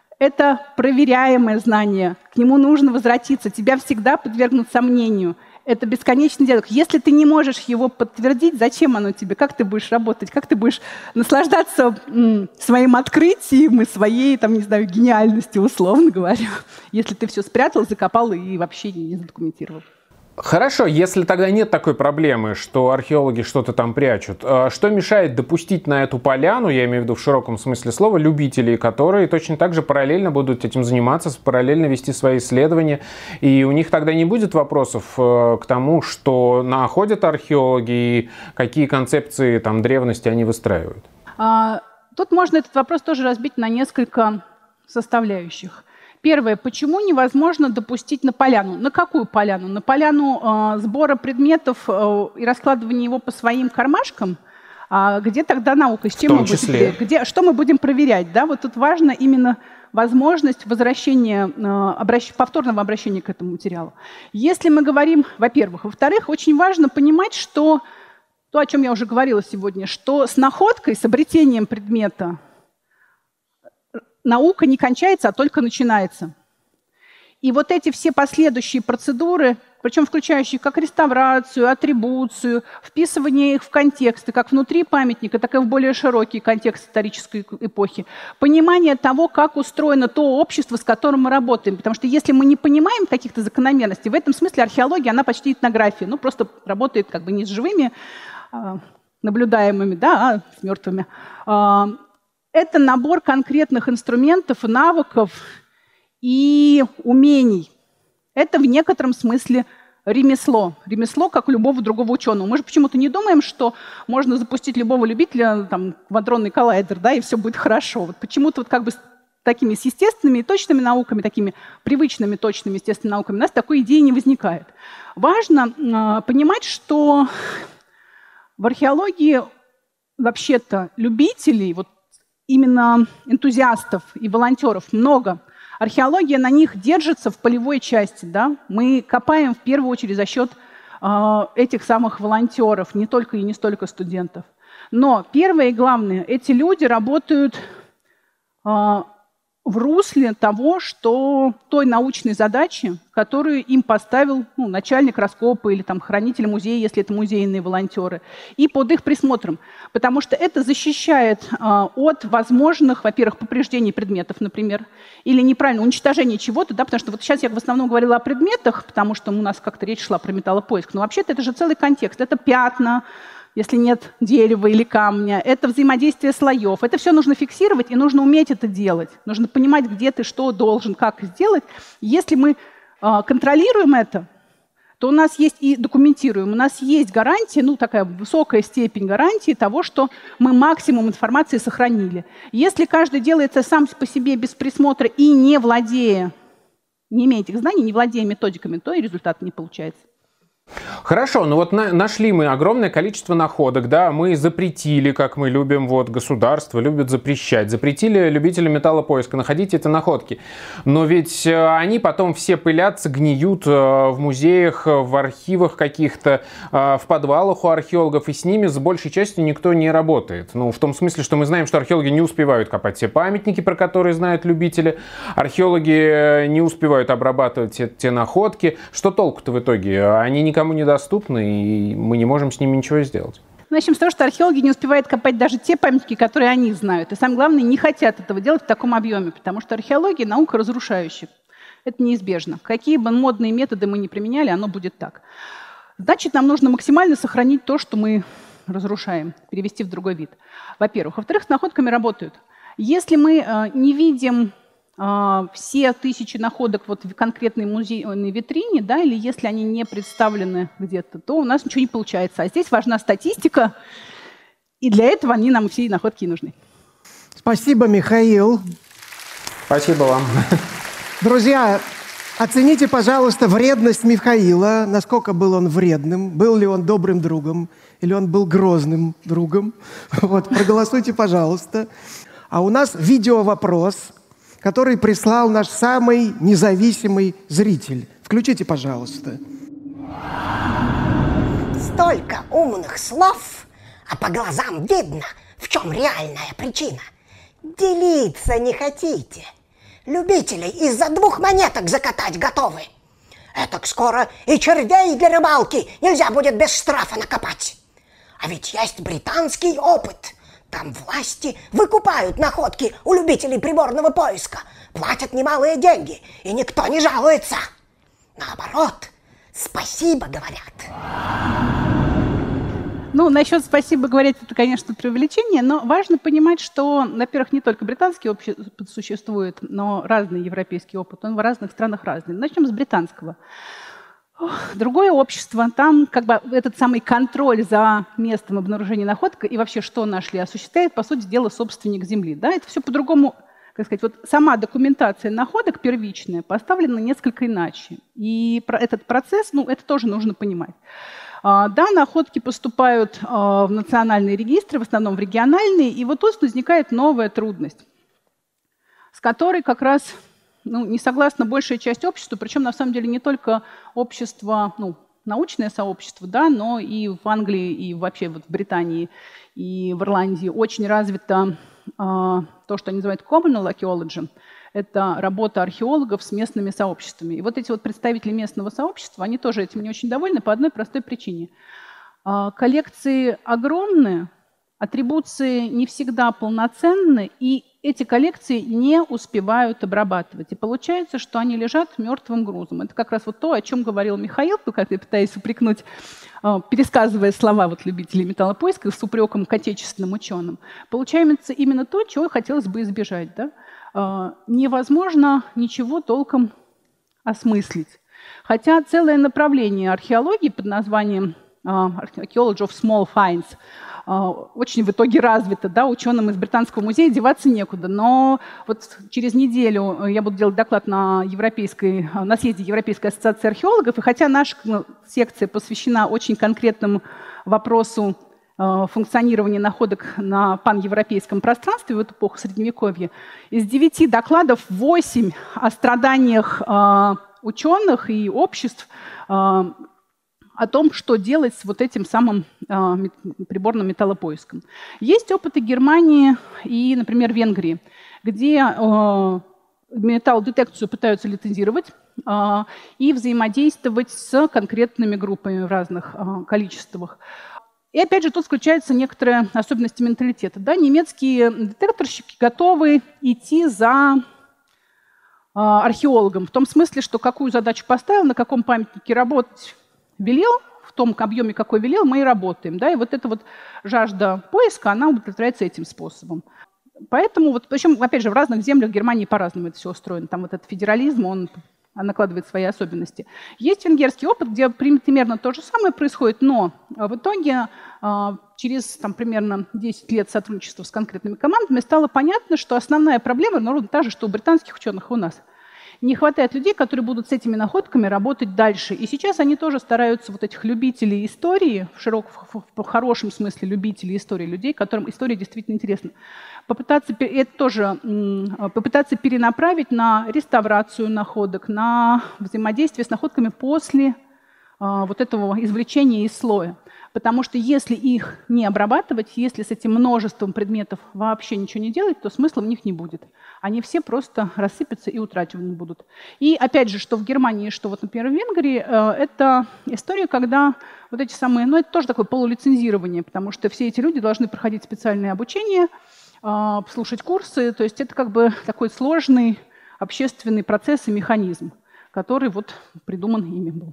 это проверяемое знание, к нему нужно возвратиться, тебя всегда подвергнут сомнению. Это бесконечный диалог. Если ты не можешь его подтвердить, зачем оно тебе? Как ты будешь работать? Как ты будешь наслаждаться м, своим открытием и своей, там, не знаю, гениальностью, условно говоря, если ты все спрятал, закопал и вообще не задокументировал? Хорошо, если тогда нет такой проблемы, что археологи что-то там прячут, что мешает допустить на эту поляну, я имею в виду в широком смысле слова, любителей, которые точно так же параллельно будут этим заниматься, параллельно вести свои исследования, и у них тогда не будет вопросов к тому, что находят археологи и какие концепции там древности они выстраивают? Тут можно этот вопрос тоже разбить на несколько составляющих. Первое. Почему невозможно допустить на поляну? На какую поляну? На поляну э, сбора предметов э, и раскладывания его по своим кармашкам? А где тогда наука? С чем мы будем, где, что мы будем проверять? Да? Вот тут важно именно возможность возвращения, э, обращ, повторного обращения к этому материалу. Если мы говорим, во-первых. Во-вторых, очень важно понимать, что то, о чем я уже говорила сегодня, что с находкой, с обретением предмета наука не кончается, а только начинается. И вот эти все последующие процедуры, причем включающие как реставрацию, атрибуцию, вписывание их в контексты, как внутри памятника, так и в более широкий контекст исторической эпохи, понимание того, как устроено то общество, с которым мы работаем. Потому что если мы не понимаем каких-то закономерностей, в этом смысле археология, она почти этнография, ну просто работает как бы не с живыми наблюдаемыми, да, а с мертвыми. Это набор конкретных инструментов, навыков и умений. Это в некотором смысле ремесло. Ремесло, как у любого другого ученого. Мы же почему-то не думаем, что можно запустить любого любителя там, в адронный коллайдер, да, и все будет хорошо. Вот почему-то вот как бы с такими с естественными и точными науками, такими привычными точными естественными науками, у нас такой идеи не возникает. Важно э, понимать, что в археологии вообще-то любителей, вот именно энтузиастов и волонтеров много. Археология на них держится в полевой части. Да? Мы копаем в первую очередь за счет этих самых волонтеров, не только и не столько студентов. Но первое и главное, эти люди работают в русле того, что той научной задачи, которую им поставил ну, начальник раскопа или там, хранитель музея, если это музейные волонтеры, и под их присмотром. Потому что это защищает э, от возможных, во-первых, повреждений предметов, например, или неправильного уничтожения чего-то, да, потому что вот сейчас я в основном говорила о предметах, потому что у нас как-то речь шла про металлопоиск, но вообще-то это же целый контекст, это пятна, если нет дерева или камня, это взаимодействие слоев. Это все нужно фиксировать, и нужно уметь это делать. Нужно понимать, где ты что должен, как сделать. Если мы э, контролируем это, то у нас есть и документируем, у нас есть гарантия, ну такая высокая степень гарантии того, что мы максимум информации сохранили. Если каждый делает это сам по себе без присмотра и не владея, не имея этих знаний, не владея методиками, то и результат не получается. Хорошо, ну вот на, нашли мы огромное количество находок, да, мы запретили, как мы любим, вот государство любит запрещать, запретили любителям металлопоиска находить эти находки, но ведь они потом все пылятся, гниют в музеях, в архивах каких-то, в подвалах у археологов, и с ними с большей частью никто не работает. Ну, в том смысле, что мы знаем, что археологи не успевают копать те памятники, про которые знают любители, археологи не успевают обрабатывать те, те находки. Что толку-то в итоге? Они никому недоступны, и мы не можем с ними ничего сделать. Начнем с того, что археологи не успевают копать даже те памятники, которые они знают. И самое главное, не хотят этого делать в таком объеме, потому что археология – наука разрушающая. Это неизбежно. Какие бы модные методы мы ни применяли, оно будет так. Значит, нам нужно максимально сохранить то, что мы разрушаем, перевести в другой вид. Во-первых. Во-вторых, с находками работают. Если мы э, не видим все тысячи находок вот в конкретной музейной витрине, да, или если они не представлены где-то, то у нас ничего не получается. А здесь важна статистика, и для этого они нам все находки нужны. Спасибо, Михаил. Спасибо вам. Друзья, оцените, пожалуйста, вредность Михаила. Насколько был он вредным, был ли он добрым другом, или он был грозным другом. Вот, проголосуйте, пожалуйста. А у нас видеовопрос, который прислал наш самый независимый зритель. Включите, пожалуйста. Столько умных слов, а по глазам видно, в чем реальная причина. Делиться не хотите. Любителей из-за двух монеток закатать готовы. Этак скоро и червей для рыбалки нельзя будет без штрафа накопать. А ведь есть британский опыт. Там власти выкупают находки у любителей приборного поиска, платят немалые деньги, и никто не жалуется. Наоборот, спасибо говорят. Ну, насчет спасибо говорить, это, конечно, преувеличение, но важно понимать, что, во-первых, не только британский опыт существует, но разный европейский опыт, он в разных странах разный. Начнем с британского. Другое общество, там как бы этот самый контроль за местом обнаружения находок и вообще что нашли осуществляет, по сути дела, собственник земли. Да? Это все по-другому, как сказать, вот сама документация находок первичная поставлена несколько иначе. И этот процесс, ну, это тоже нужно понимать. Да, находки поступают в национальные регистры, в основном в региональные, и вот тут возникает новая трудность, с которой как раз ну, не согласна большая часть общества, причем на самом деле не только общество, ну, научное сообщество, да, но и в Англии, и вообще вот в Британии, и в Ирландии очень развито э, то, что они называют communal archaeology. Это работа археологов с местными сообществами. И вот эти вот представители местного сообщества, они тоже этим не очень довольны по одной простой причине. Э, коллекции огромные, атрибуции не всегда полноценны, и эти коллекции не успевают обрабатывать. И получается, что они лежат мертвым грузом. Это как раз вот то, о чем говорил Михаил, как я пытаюсь упрекнуть, пересказывая слова вот любителей металлопоиска с упреком к отечественным ученым. Получается именно то, чего хотелось бы избежать. Да? Невозможно ничего толком осмыслить. Хотя целое направление археологии под названием Archaeology of Small Finds очень в итоге развито, да, ученым из Британского музея деваться некуда. Но вот через неделю я буду делать доклад на, европейской, на съезде Европейской ассоциации археологов, и хотя наша секция посвящена очень конкретному вопросу функционирования находок на паневропейском пространстве в эту эпоху Средневековья, из девяти докладов восемь о страданиях ученых и обществ о том, что делать с вот этим самым э, приборным металлопоиском. Есть опыты Германии и, например, Венгрии, где э, металлодетекцию пытаются лицензировать э, и взаимодействовать с конкретными группами в разных э, количествах. И опять же, тут включаются некоторые особенности менталитета. Да? Немецкие детекторщики готовы идти за э, археологом, в том смысле, что какую задачу поставил, на каком памятнике работать велел, в том объеме, какой велел, мы и работаем. Да? И вот эта вот жажда поиска, она удовлетворяется этим способом. Поэтому, вот, причем, опять же, в разных землях Германии по-разному это все устроено. Там вот этот федерализм, он накладывает свои особенности. Есть венгерский опыт, где примерно то же самое происходит, но в итоге через там, примерно десять лет сотрудничества с конкретными командами стало понятно, что основная проблема, ну, ровно та же, что у британских ученых и у нас. Не хватает людей, которые будут с этими находками работать дальше. И сейчас они тоже стараются вот этих любителей истории, в широком, в хорошем смысле любителей истории, людей, которым история действительно интересна, попытаться, это тоже, попытаться перенаправить на реставрацию находок, на взаимодействие с находками после вот этого извлечения из слоя. Потому что если их не обрабатывать, если с этим множеством предметов вообще ничего не делать, то смысла в них не будет. Они все просто рассыпятся и утрачены будут. И опять же, что в Германии, что вот, например, в Венгрии, это история, когда вот эти самые, ну это тоже такое полулицензирование, потому что все эти люди должны проходить специальное обучение, слушать курсы, то есть это как бы такой сложный общественный процесс и механизм, который вот придуман ими был.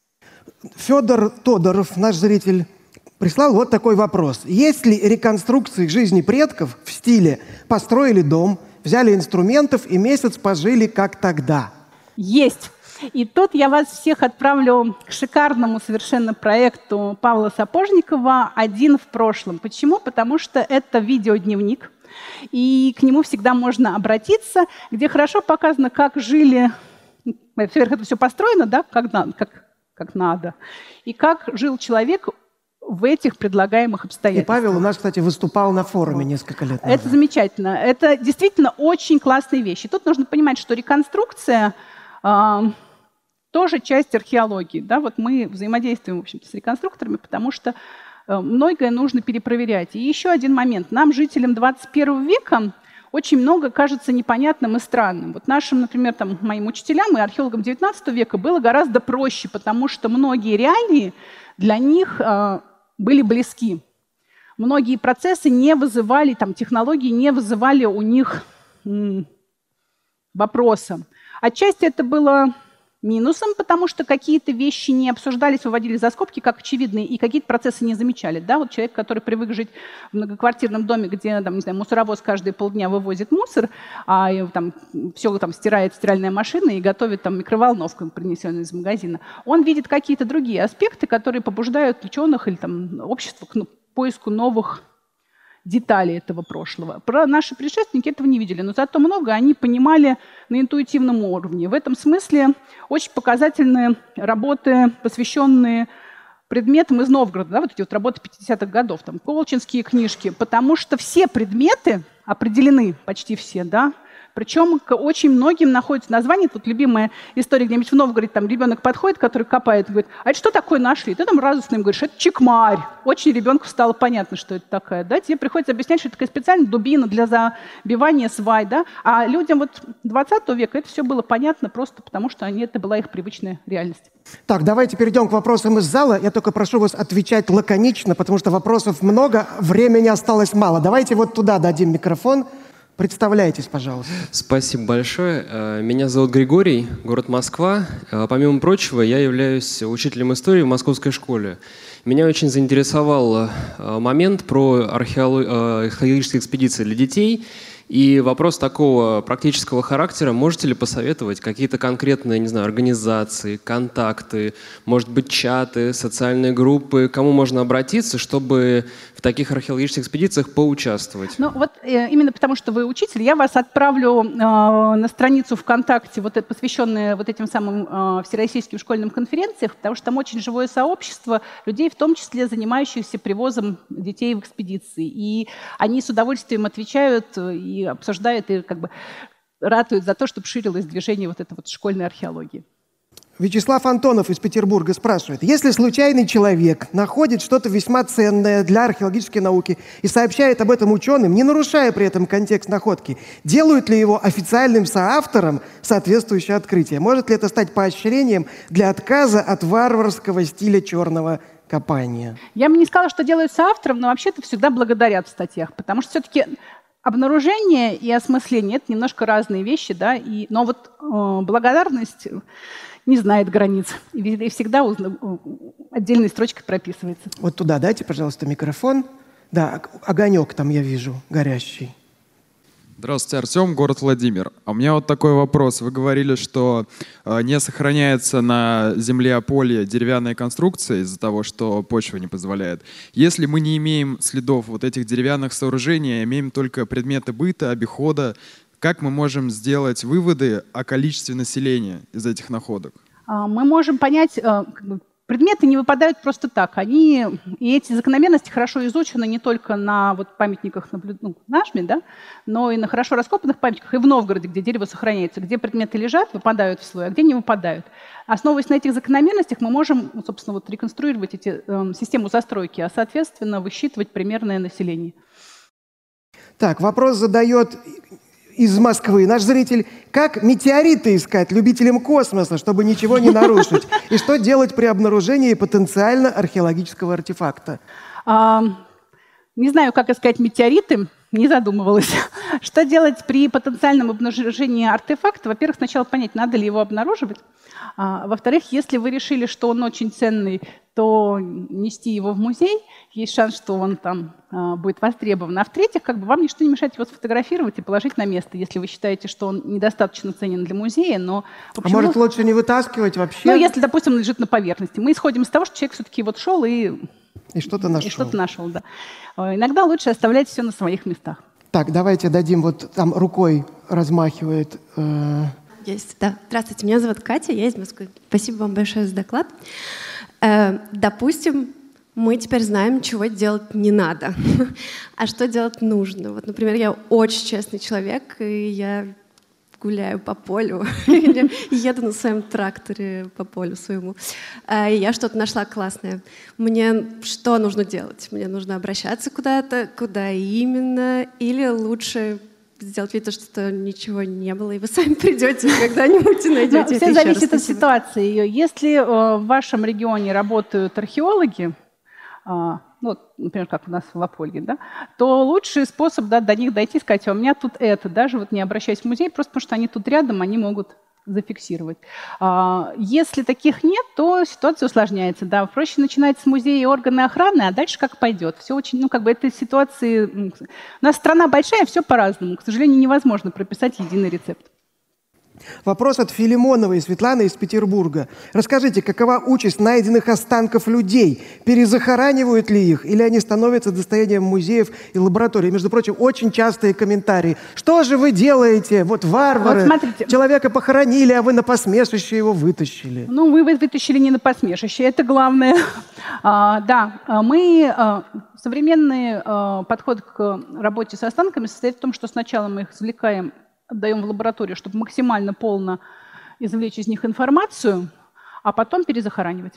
Федор Тодоров, наш зритель, прислал вот такой вопрос. Есть ли реконструкции жизни предков в стиле «построили дом, взяли инструментов и месяц пожили, как тогда»? Есть. И тут я вас всех отправлю к шикарному совершенно проекту Павла Сапожникова «Один в прошлом». Почему? Потому что это видеодневник, и к нему всегда можно обратиться, где хорошо показано, как жили, во-первых, это все построено, да, как, как как надо, и как жил человек в этих предлагаемых обстоятельствах. И Павел у нас, кстати, выступал на форуме несколько лет назад. Это замечательно. Это действительно очень классные вещи. Тут нужно понимать, что реконструкция э, тоже часть археологии. Да? Вот мы взаимодействуем, в общем-то, с реконструкторами, потому что э, многое нужно перепроверять. И еще один момент. Нам, жителям двадцать первого века, очень много кажется непонятным и странным. Вот нашим, например, там, моим учителям и археологам девятнадцатого века было гораздо проще, потому что многие реалии для них э, были близки. Многие процессы не вызывали, там, технологии не вызывали у них м, вопроса. Отчасти это было минусом, потому что какие-то вещи не обсуждались, выводили за скобки, как очевидные, и какие-то процессы не замечали. Да? Вот человек, который привык жить в многоквартирном доме, где там, не знаю, мусоровоз каждые полдня вывозит мусор, а там, все там, стирает стиральная машина и готовит там, микроволновку, принесенную из магазина, он видит какие-то другие аспекты, которые побуждают ученых или там, общество к поиску новых деталей этого прошлого. Про наши предшественники этого не видели, но зато много они понимали на интуитивном уровне. В этом смысле очень показательные работы, посвященные предметам из Новгорода, да, вот эти вот работы пятидесятых годов, там, колчинские книжки, потому что все предметы определены, почти все, да, причем к очень многим находятся названия. Тут любимая история где-нибудь в Новгороде, там ребенок подходит, который копает, говорит, а это что такое нашли? Ты там радостно им говоришь, это чекмарь. Очень ребенку стало понятно, что это такая. Да? Тебе приходится объяснять, что это такая специальная дубина для забивания свай. Да? А людям вот двадцатого века это все было понятно просто потому, что они, это была их привычная реальность. Так, давайте перейдем к вопросам из зала. Я только прошу вас отвечать лаконично, потому что вопросов много, времени осталось мало. Давайте вот туда дадим микрофон. Представляйтесь, пожалуйста. Спасибо большое. Меня зовут Григорий, город Москва. Помимо прочего, я являюсь учителем истории в московской школе. Меня очень заинтересовал момент про археологические экспедиции для детей. И вопрос такого практического характера. Можете ли посоветовать какие-то конкретные, не знаю, организации, контакты, может быть, чаты, социальные группы, кому можно обратиться, чтобы в таких археологических экспедициях поучаствовать? Ну вот э, именно потому, что вы учитель, я вас отправлю э, на страницу ВКонтакте, вот, посвященную вот этим самым э, всероссийским школьным конференциям, потому что там очень живое сообщество людей, в том числе занимающихся привозом детей в экспедиции. И они с удовольствием отвечают и обсуждают, и как бы ратуют за то, чтобы ширилось движение вот этой вот школьной археологии. Вячеслав Антонов из Петербурга спрашивает. Если случайный человек находит что-то весьма ценное для археологической науки и сообщает об этом ученым, не нарушая при этом контекст находки, делают ли его официальным соавтором соответствующее открытие? Может ли это стать поощрением для отказа от варварского стиля черного копания? Я бы не сказала, что делают соавтором, но вообще-то всегда благодарят в статьях, потому что все-таки обнаружение и осмысление – это немножко разные вещи, да, и, но вот э, благодарность не знает границ. И всегда узна... отдельной строчкой прописывается. Вот туда дайте, пожалуйста, микрофон. Да, огонек там я вижу, горящий. Здравствуйте, Артем, город Владимир. А у меня вот такой вопрос. Вы говорили, что э, не сохраняется на земле Аполья деревянная конструкция из-за того, что почва не позволяет. Если мы не имеем следов вот этих деревянных сооружений, а имеем только предметы быта, обихода, как мы можем сделать выводы о количестве населения из этих находок? Мы можем понять, как бы, предметы не выпадают просто так. Они, и эти закономерности хорошо изучены не только на вот, памятниках ну, нашими, да, но и на хорошо раскопанных памятниках, и в Новгороде, где дерево сохраняется, где предметы лежат, выпадают в слой, а где не выпадают. Основываясь на этих закономерностях, мы можем, собственно, вот, реконструировать эти, э, систему застройки, а, соответственно, высчитывать примерное население. Так, вопрос задает из Москвы наш зритель. Как метеориты искать любителям космоса, чтобы ничего не нарушить? И что делать при обнаружении потенциально археологического артефакта? А, не знаю, как искать метеориты, не задумывалась. Что делать при потенциальном обнаружении артефакта? Во-первых, сначала понять, надо ли его обнаруживать. А, во-вторых, если вы решили, что он очень ценный, то нести его в музей, есть шанс, что он там а, будет востребован. А в-третьих, как бы вам ничто не мешает его сфотографировать и положить на место, если вы считаете, что он недостаточно ценен для музея. Но, а может, лучше не вытаскивать вообще? Ну, если, допустим, он лежит на поверхности. Мы исходим из того, что человек все-таки вот шел и... И что-то нашел. И что-то нашел, да. Иногда лучше оставлять все на своих местах. Так, давайте дадим, вот там рукой размахивает... Э... Есть, да. Здравствуйте, меня зовут Катя, я из Москвы. Спасибо вам большое за доклад. Э, допустим, мы теперь знаем, чего делать не надо, а что делать нужно. Вот, например, я очень честный человек, и я гуляю по полю, или еду на своем тракторе по полю своему, и я что-то нашла классное. Мне что нужно делать? Мне нужно обращаться куда-то, куда именно, или лучше сделать вид, что ничего не было, и вы сами придете когда-нибудь и найдете. Все зависит от ситуации. Если в вашем регионе работают археологи, ну, например, как у нас в Аполье, да, то лучший способ, да, до них дойти, сказать, а у меня тут это, даже вот не обращаясь в музей, просто потому что они тут рядом, они могут зафиксировать. Если таких нет, то ситуация усложняется. Да. Проще начинать с музея и органы охраны, а дальше как пойдет. Все очень, ну, как бы этой ситуации... У нас страна большая, все по-разному. К сожалению, невозможно прописать единый рецепт. Вопрос от Филимоновой Светланы из Петербурга. Расскажите, какова участь найденных останков людей? Перезахоранивают ли их? Или они становятся достоянием музеев и лабораторий? Между прочим, очень частые комментарии. Что же вы делаете? Вот варвары. Вот смотрите. Человека похоронили, а вы на посмешище его вытащили. Ну, вы вытащили не на посмешище, это главное. а, да, мы... А, современный а, подход к работе с останками состоит в том, что сначала мы их извлекаем, отдаем в лабораторию, чтобы максимально полно извлечь из них информацию, а потом перезахоранивать.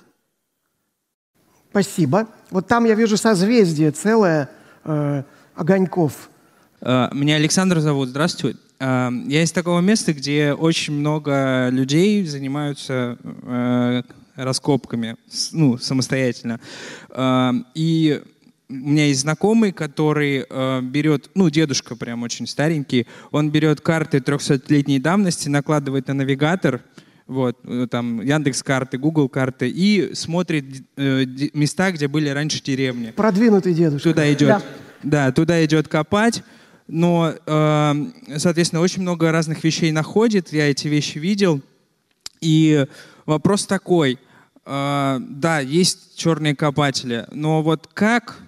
Спасибо. Вот там я вижу созвездие целое э, огоньков. Меня Александр зовут. Здравствуйте. Я из такого места, где очень много людей занимаются э, раскопками, ну, самостоятельно. Э, и у меня есть знакомый, который э, берет, ну, дедушка прям очень старенький, он берет карты трехсотлетней давности, накладывает на навигатор, вот, там, Яндекс.Карты, Google.Карты, и смотрит э, места, где были раньше деревни. Продвинутый дедушка. Туда идет, да. Да, туда идет копать, но, э, соответственно, очень много разных вещей находит, я эти вещи видел, и вопрос такой, э, да, есть черные копатели, но вот как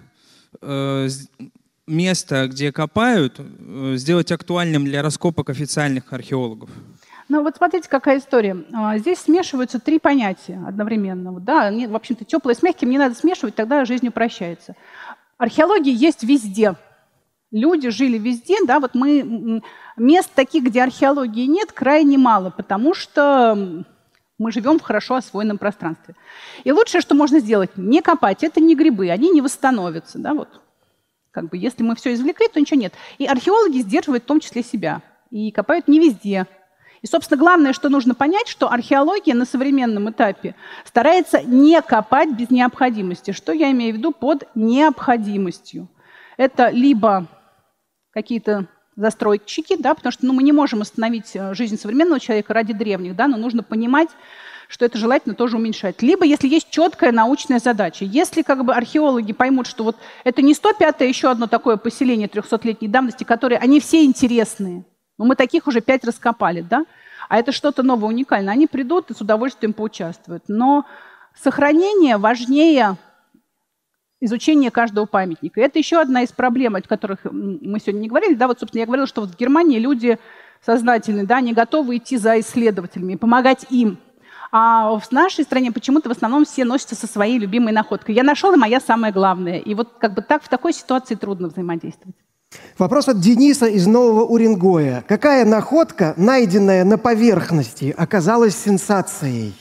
место, где копают, сделать актуальным для раскопок официальных археологов? Ну вот смотрите, какая история. Здесь смешиваются три понятия одновременно. Да, в общем-то, теплое с мягким не надо смешивать, тогда жизнь упрощается. Археология есть везде. Люди жили везде, да, вот мы... Мест таких, где археологии нет, крайне мало, потому что Мы живем в хорошо освоенном пространстве. И лучшее, что можно сделать, не копать. Это не грибы, они не восстановятся. Да, вот. Как бы, если мы все извлекли, то ничего нет. И археологи сдерживают в том числе себя. И копают не везде. И, собственно, главное, что нужно понять, что археология на современном этапе старается не копать без необходимости. Что я имею в виду под необходимостью? Это либо какие-то застройщики, да, потому что ну, мы не можем остановить жизнь современного человека ради древних, да, но нужно понимать, что это желательно тоже уменьшать. Либо если есть четкая научная задача. Если как бы археологи поймут, что вот это не сто пятое еще одно такое поселение трехсотлетней давности, которые, они все интересные, но мы таких уже пять раскопали, да? А это что-то новое, уникальное. Они придут и с удовольствием поучаствуют. Но сохранение важнее изучения каждого памятника. И это еще одна из проблем, о которых мы сегодня не говорили. Да, вот, собственно, я говорила, что вот в Германии люди сознательные, да, они готовы идти за исследователями и помогать им. А в нашей стране почему-то в основном все носятся со своей любимой находкой. Я нашел, и моя самая главная. И вот как бы так в такой ситуации трудно взаимодействовать. Вопрос от Дениса из Нового Уренгоя. Какая находка, найденная на поверхности, оказалась сенсацией?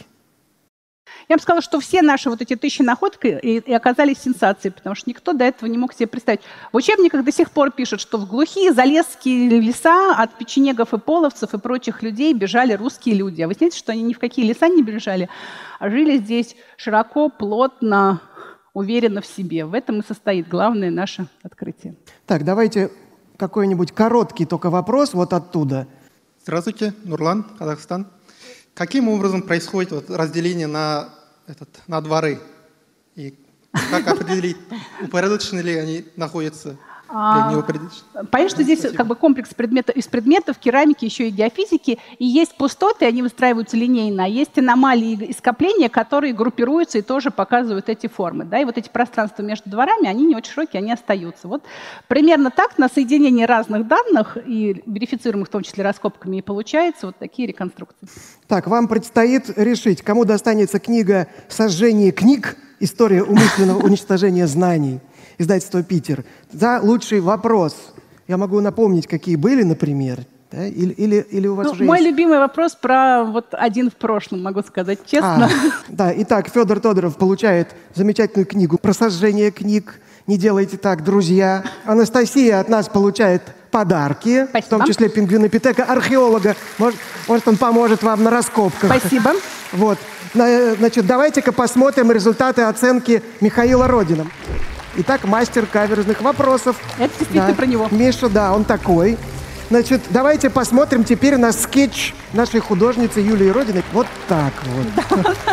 Я бы сказала, что все наши вот эти тысячи находок и, и оказались сенсацией, потому что никто до этого не мог себе представить. В учебниках до сих пор пишут, что в глухие залесские леса от печенегов и половцев и прочих людей бежали русские люди. А вы знаете, что они ни в какие леса не бежали, а жили здесь широко, плотно, уверенно в себе. В этом и состоит главное наше открытие. Так, давайте какой-нибудь короткий только вопрос вот оттуда. Здравствуйте, Нурлан, Казахстан. Каким образом происходит вот разделение на, этот, на дворы? И как определить, упорядочены ли они находятся? А, понятно, что здесь как бы комплекс предметов, из предметов керамики, еще и геофизики, и есть пустоты, они выстраиваются линейно, а есть аномалии и скопления, которые группируются и тоже показывают эти формы. Да? И вот эти пространства между дворами, они не очень широкие, они остаются. Вот примерно так на соединении разных данных, и верифицируемых в том числе раскопками, и получаются вот такие реконструкции. Так, вам предстоит решить, кому достанется книга «Сожжение книг. История умышленного уничтожения знаний». Издательство «Питер». За лучший вопрос. Я могу напомнить, какие были, например. Да? Или, или, или у вас ну, уже мой есть... любимый вопрос про вот один в прошлом, могу сказать честно. А, да, итак, Федор Тодоров получает замечательную книгу про сожжение книг. Не делайте так, друзья. Анастасия от нас получает подарки, Спасибо. В том числе пингвинопитека, археолога. Может, может, он поможет вам на раскопках. Спасибо. Вот. Значит, давайте-ка посмотрим результаты оценки Михаила Родина. Итак, мастер каверзных вопросов. Это действительно да. про него. Миша, да, он такой. Значит, давайте посмотрим теперь на скетч нашей художницы Юлии Родиной. Вот так вот. Да.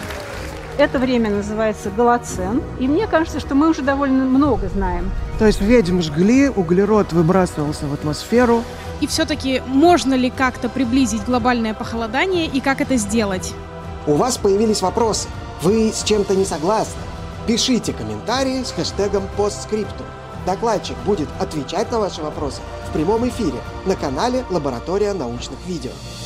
Это время называется Голоцен. И мне кажется, что мы уже довольно много знаем. То есть ведьм жгли, углерод выбрасывался в атмосферу. И все-таки можно ли как-то приблизить глобальное похолодание и как это сделать? У вас появились вопросы. Вы с чем-то не согласны? Пишите комментарии с хэштегом постскриптум. Докладчик будет отвечать на ваши вопросы в прямом эфире на канале «Лаборатория научных видео».